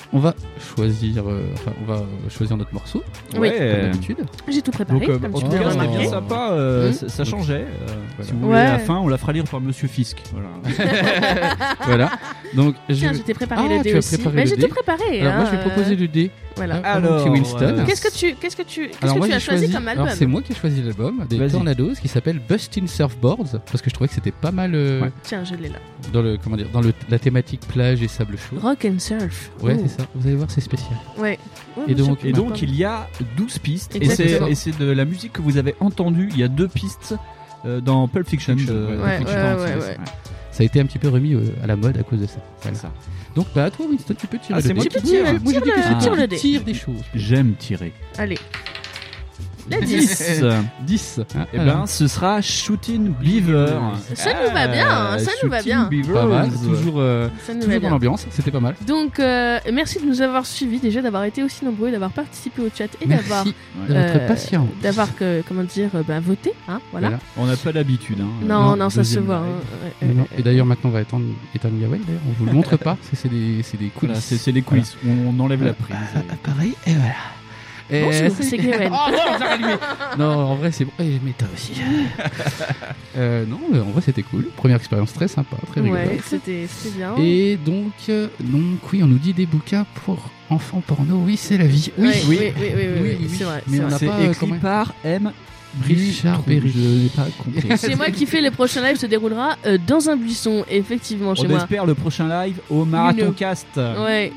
On va choisir, euh, enfin, on va choisir notre morceau, Oui. comme Ouais. d'habitude. J'ai tout préparé. Donc, euh, comme en tu tout peux cas, le c'était remarquer. bien sympa. euh, Mmh. ça, ça changeait. euh, Voilà. Si vous voulez, Ouais. à la fin, on la fera lire par Monsieur Fisk. Voilà. Voilà. Donc, je... Tiens, je t'ai préparé Ah, le dé tu as aussi. préparé Mais le j'ai dé. tout préparé. Alors, moi, hein, je vais euh, proposer le dé. Voilà. Ah, Alors, c'est Winston. euh, Qu'est-ce que tu, qu'est-ce que tu, qu'est-ce Alors que moi tu as j'ai choisi choisi, comme album alors c'est moi qui ai choisi l'album des Vas-y. Tornados qui s'appelle Bustin' Surfboards parce que je trouvais que c'était pas mal euh, Ouais. Tiens, je l'ai là. dans le comment dire dans le, la thématique plage et sable chaud. Rock and surf. Ouais, Oh. c'est ça. Vous allez voir, c'est spécial. Ouais. Ouais, Et moi, donc- je- Et donc, il y a douze pistes. Et c'est, Exactement. et c'est de la musique que vous avez entendue. Il y a deux pistes euh, dans Pulp Fiction. Fiction, de- ouais. de Ouais, Quentin ouais, Tarantino. ouais, ouais. Ça a été un petit peu remis euh, à la mode à cause de ça. C'est Voilà. ça. Donc bah à toi Winston, tu peux tirer Ah, le c'est dé. moi Tu qui peux tirer, Moi, je tire dis que le, c'est tire toi le qui dé. tire des choses. J'aime tirer. Allez. La dix. dix. dix. Hein, Eh alors. ben, ce sera Shooting Beaver. Ça nous va bien, hein, ça nous va Shooting bien. Beavers. Pas mal, toujours, euh, Ça nous va toujours dans bien. l'ambiance, c'était pas mal. Donc, euh, merci de nous avoir suivis, déjà d'avoir été aussi nombreux, d'avoir participé au chat et d'avoir, Merci de votre euh, patience. d'avoir que, comment dire, euh, bah, voté, hein, voilà. Voilà. On n'a pas l'habitude. Hein. Non, Non, non, ça se deuxième voit. live. hein. Ouais, Non, ouais, et d'ailleurs maintenant on va étendre éteindre Gawain d'ailleurs, on vous le montre pas, c'est c'est des, c'est des coulisses. Voilà, c'est, c'est les coulisses. On enlève la prise. Ah, pareil, et voilà. Et Bonjour, c'est Gawain. Oh, non, j'ai rallumé. Non, en vrai c'est bon. Et mais toi aussi. euh, non, mais en vrai c'était cool. Première expérience très sympa, très rigolote. Ouais, c'était, c'était bien. Et donc, euh, donc oui, on nous dit des bouquins pour enfants porno. Oui, c'est la vie. Oui, Ouais, oui. oui, oui, oui, oui, Oui, oui, oui, c'est vrai. mais c'est on vrai. n'a C'est pas, euh, écrit comment- par M. Richard Berry. Je n'ai pas compris. Chez moi qui fait le prochain live se déroulera euh, dans un buisson, effectivement, chez On moi. espère le prochain live au Marathon know. Cast. Ouais.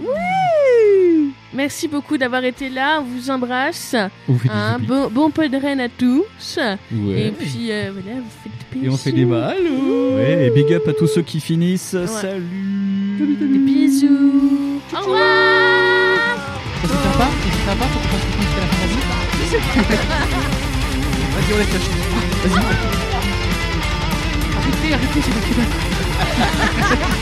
Oui. Merci beaucoup d'avoir été là, on vous embrasse. On fait des Hein, oublis. bon, bon peu de reine à tous. Ouais. Et puis euh, voilà, vous faites des bisous. Et on fait des malos. Ouais, et big up à tous ceux qui finissent. Ouais. Salut. Des bisous. Au revoir. C'est sympa, c'est sympa pour qu'on se jusqu'à la fin de la vie. Vas-y, on laisse lâcher. Vas-y. Arrêtez, arrêtez, c'est le Québec.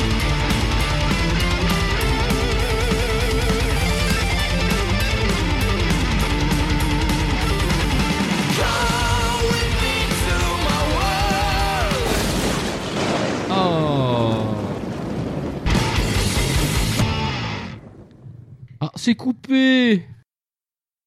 Oh. Ah, c'est coupé.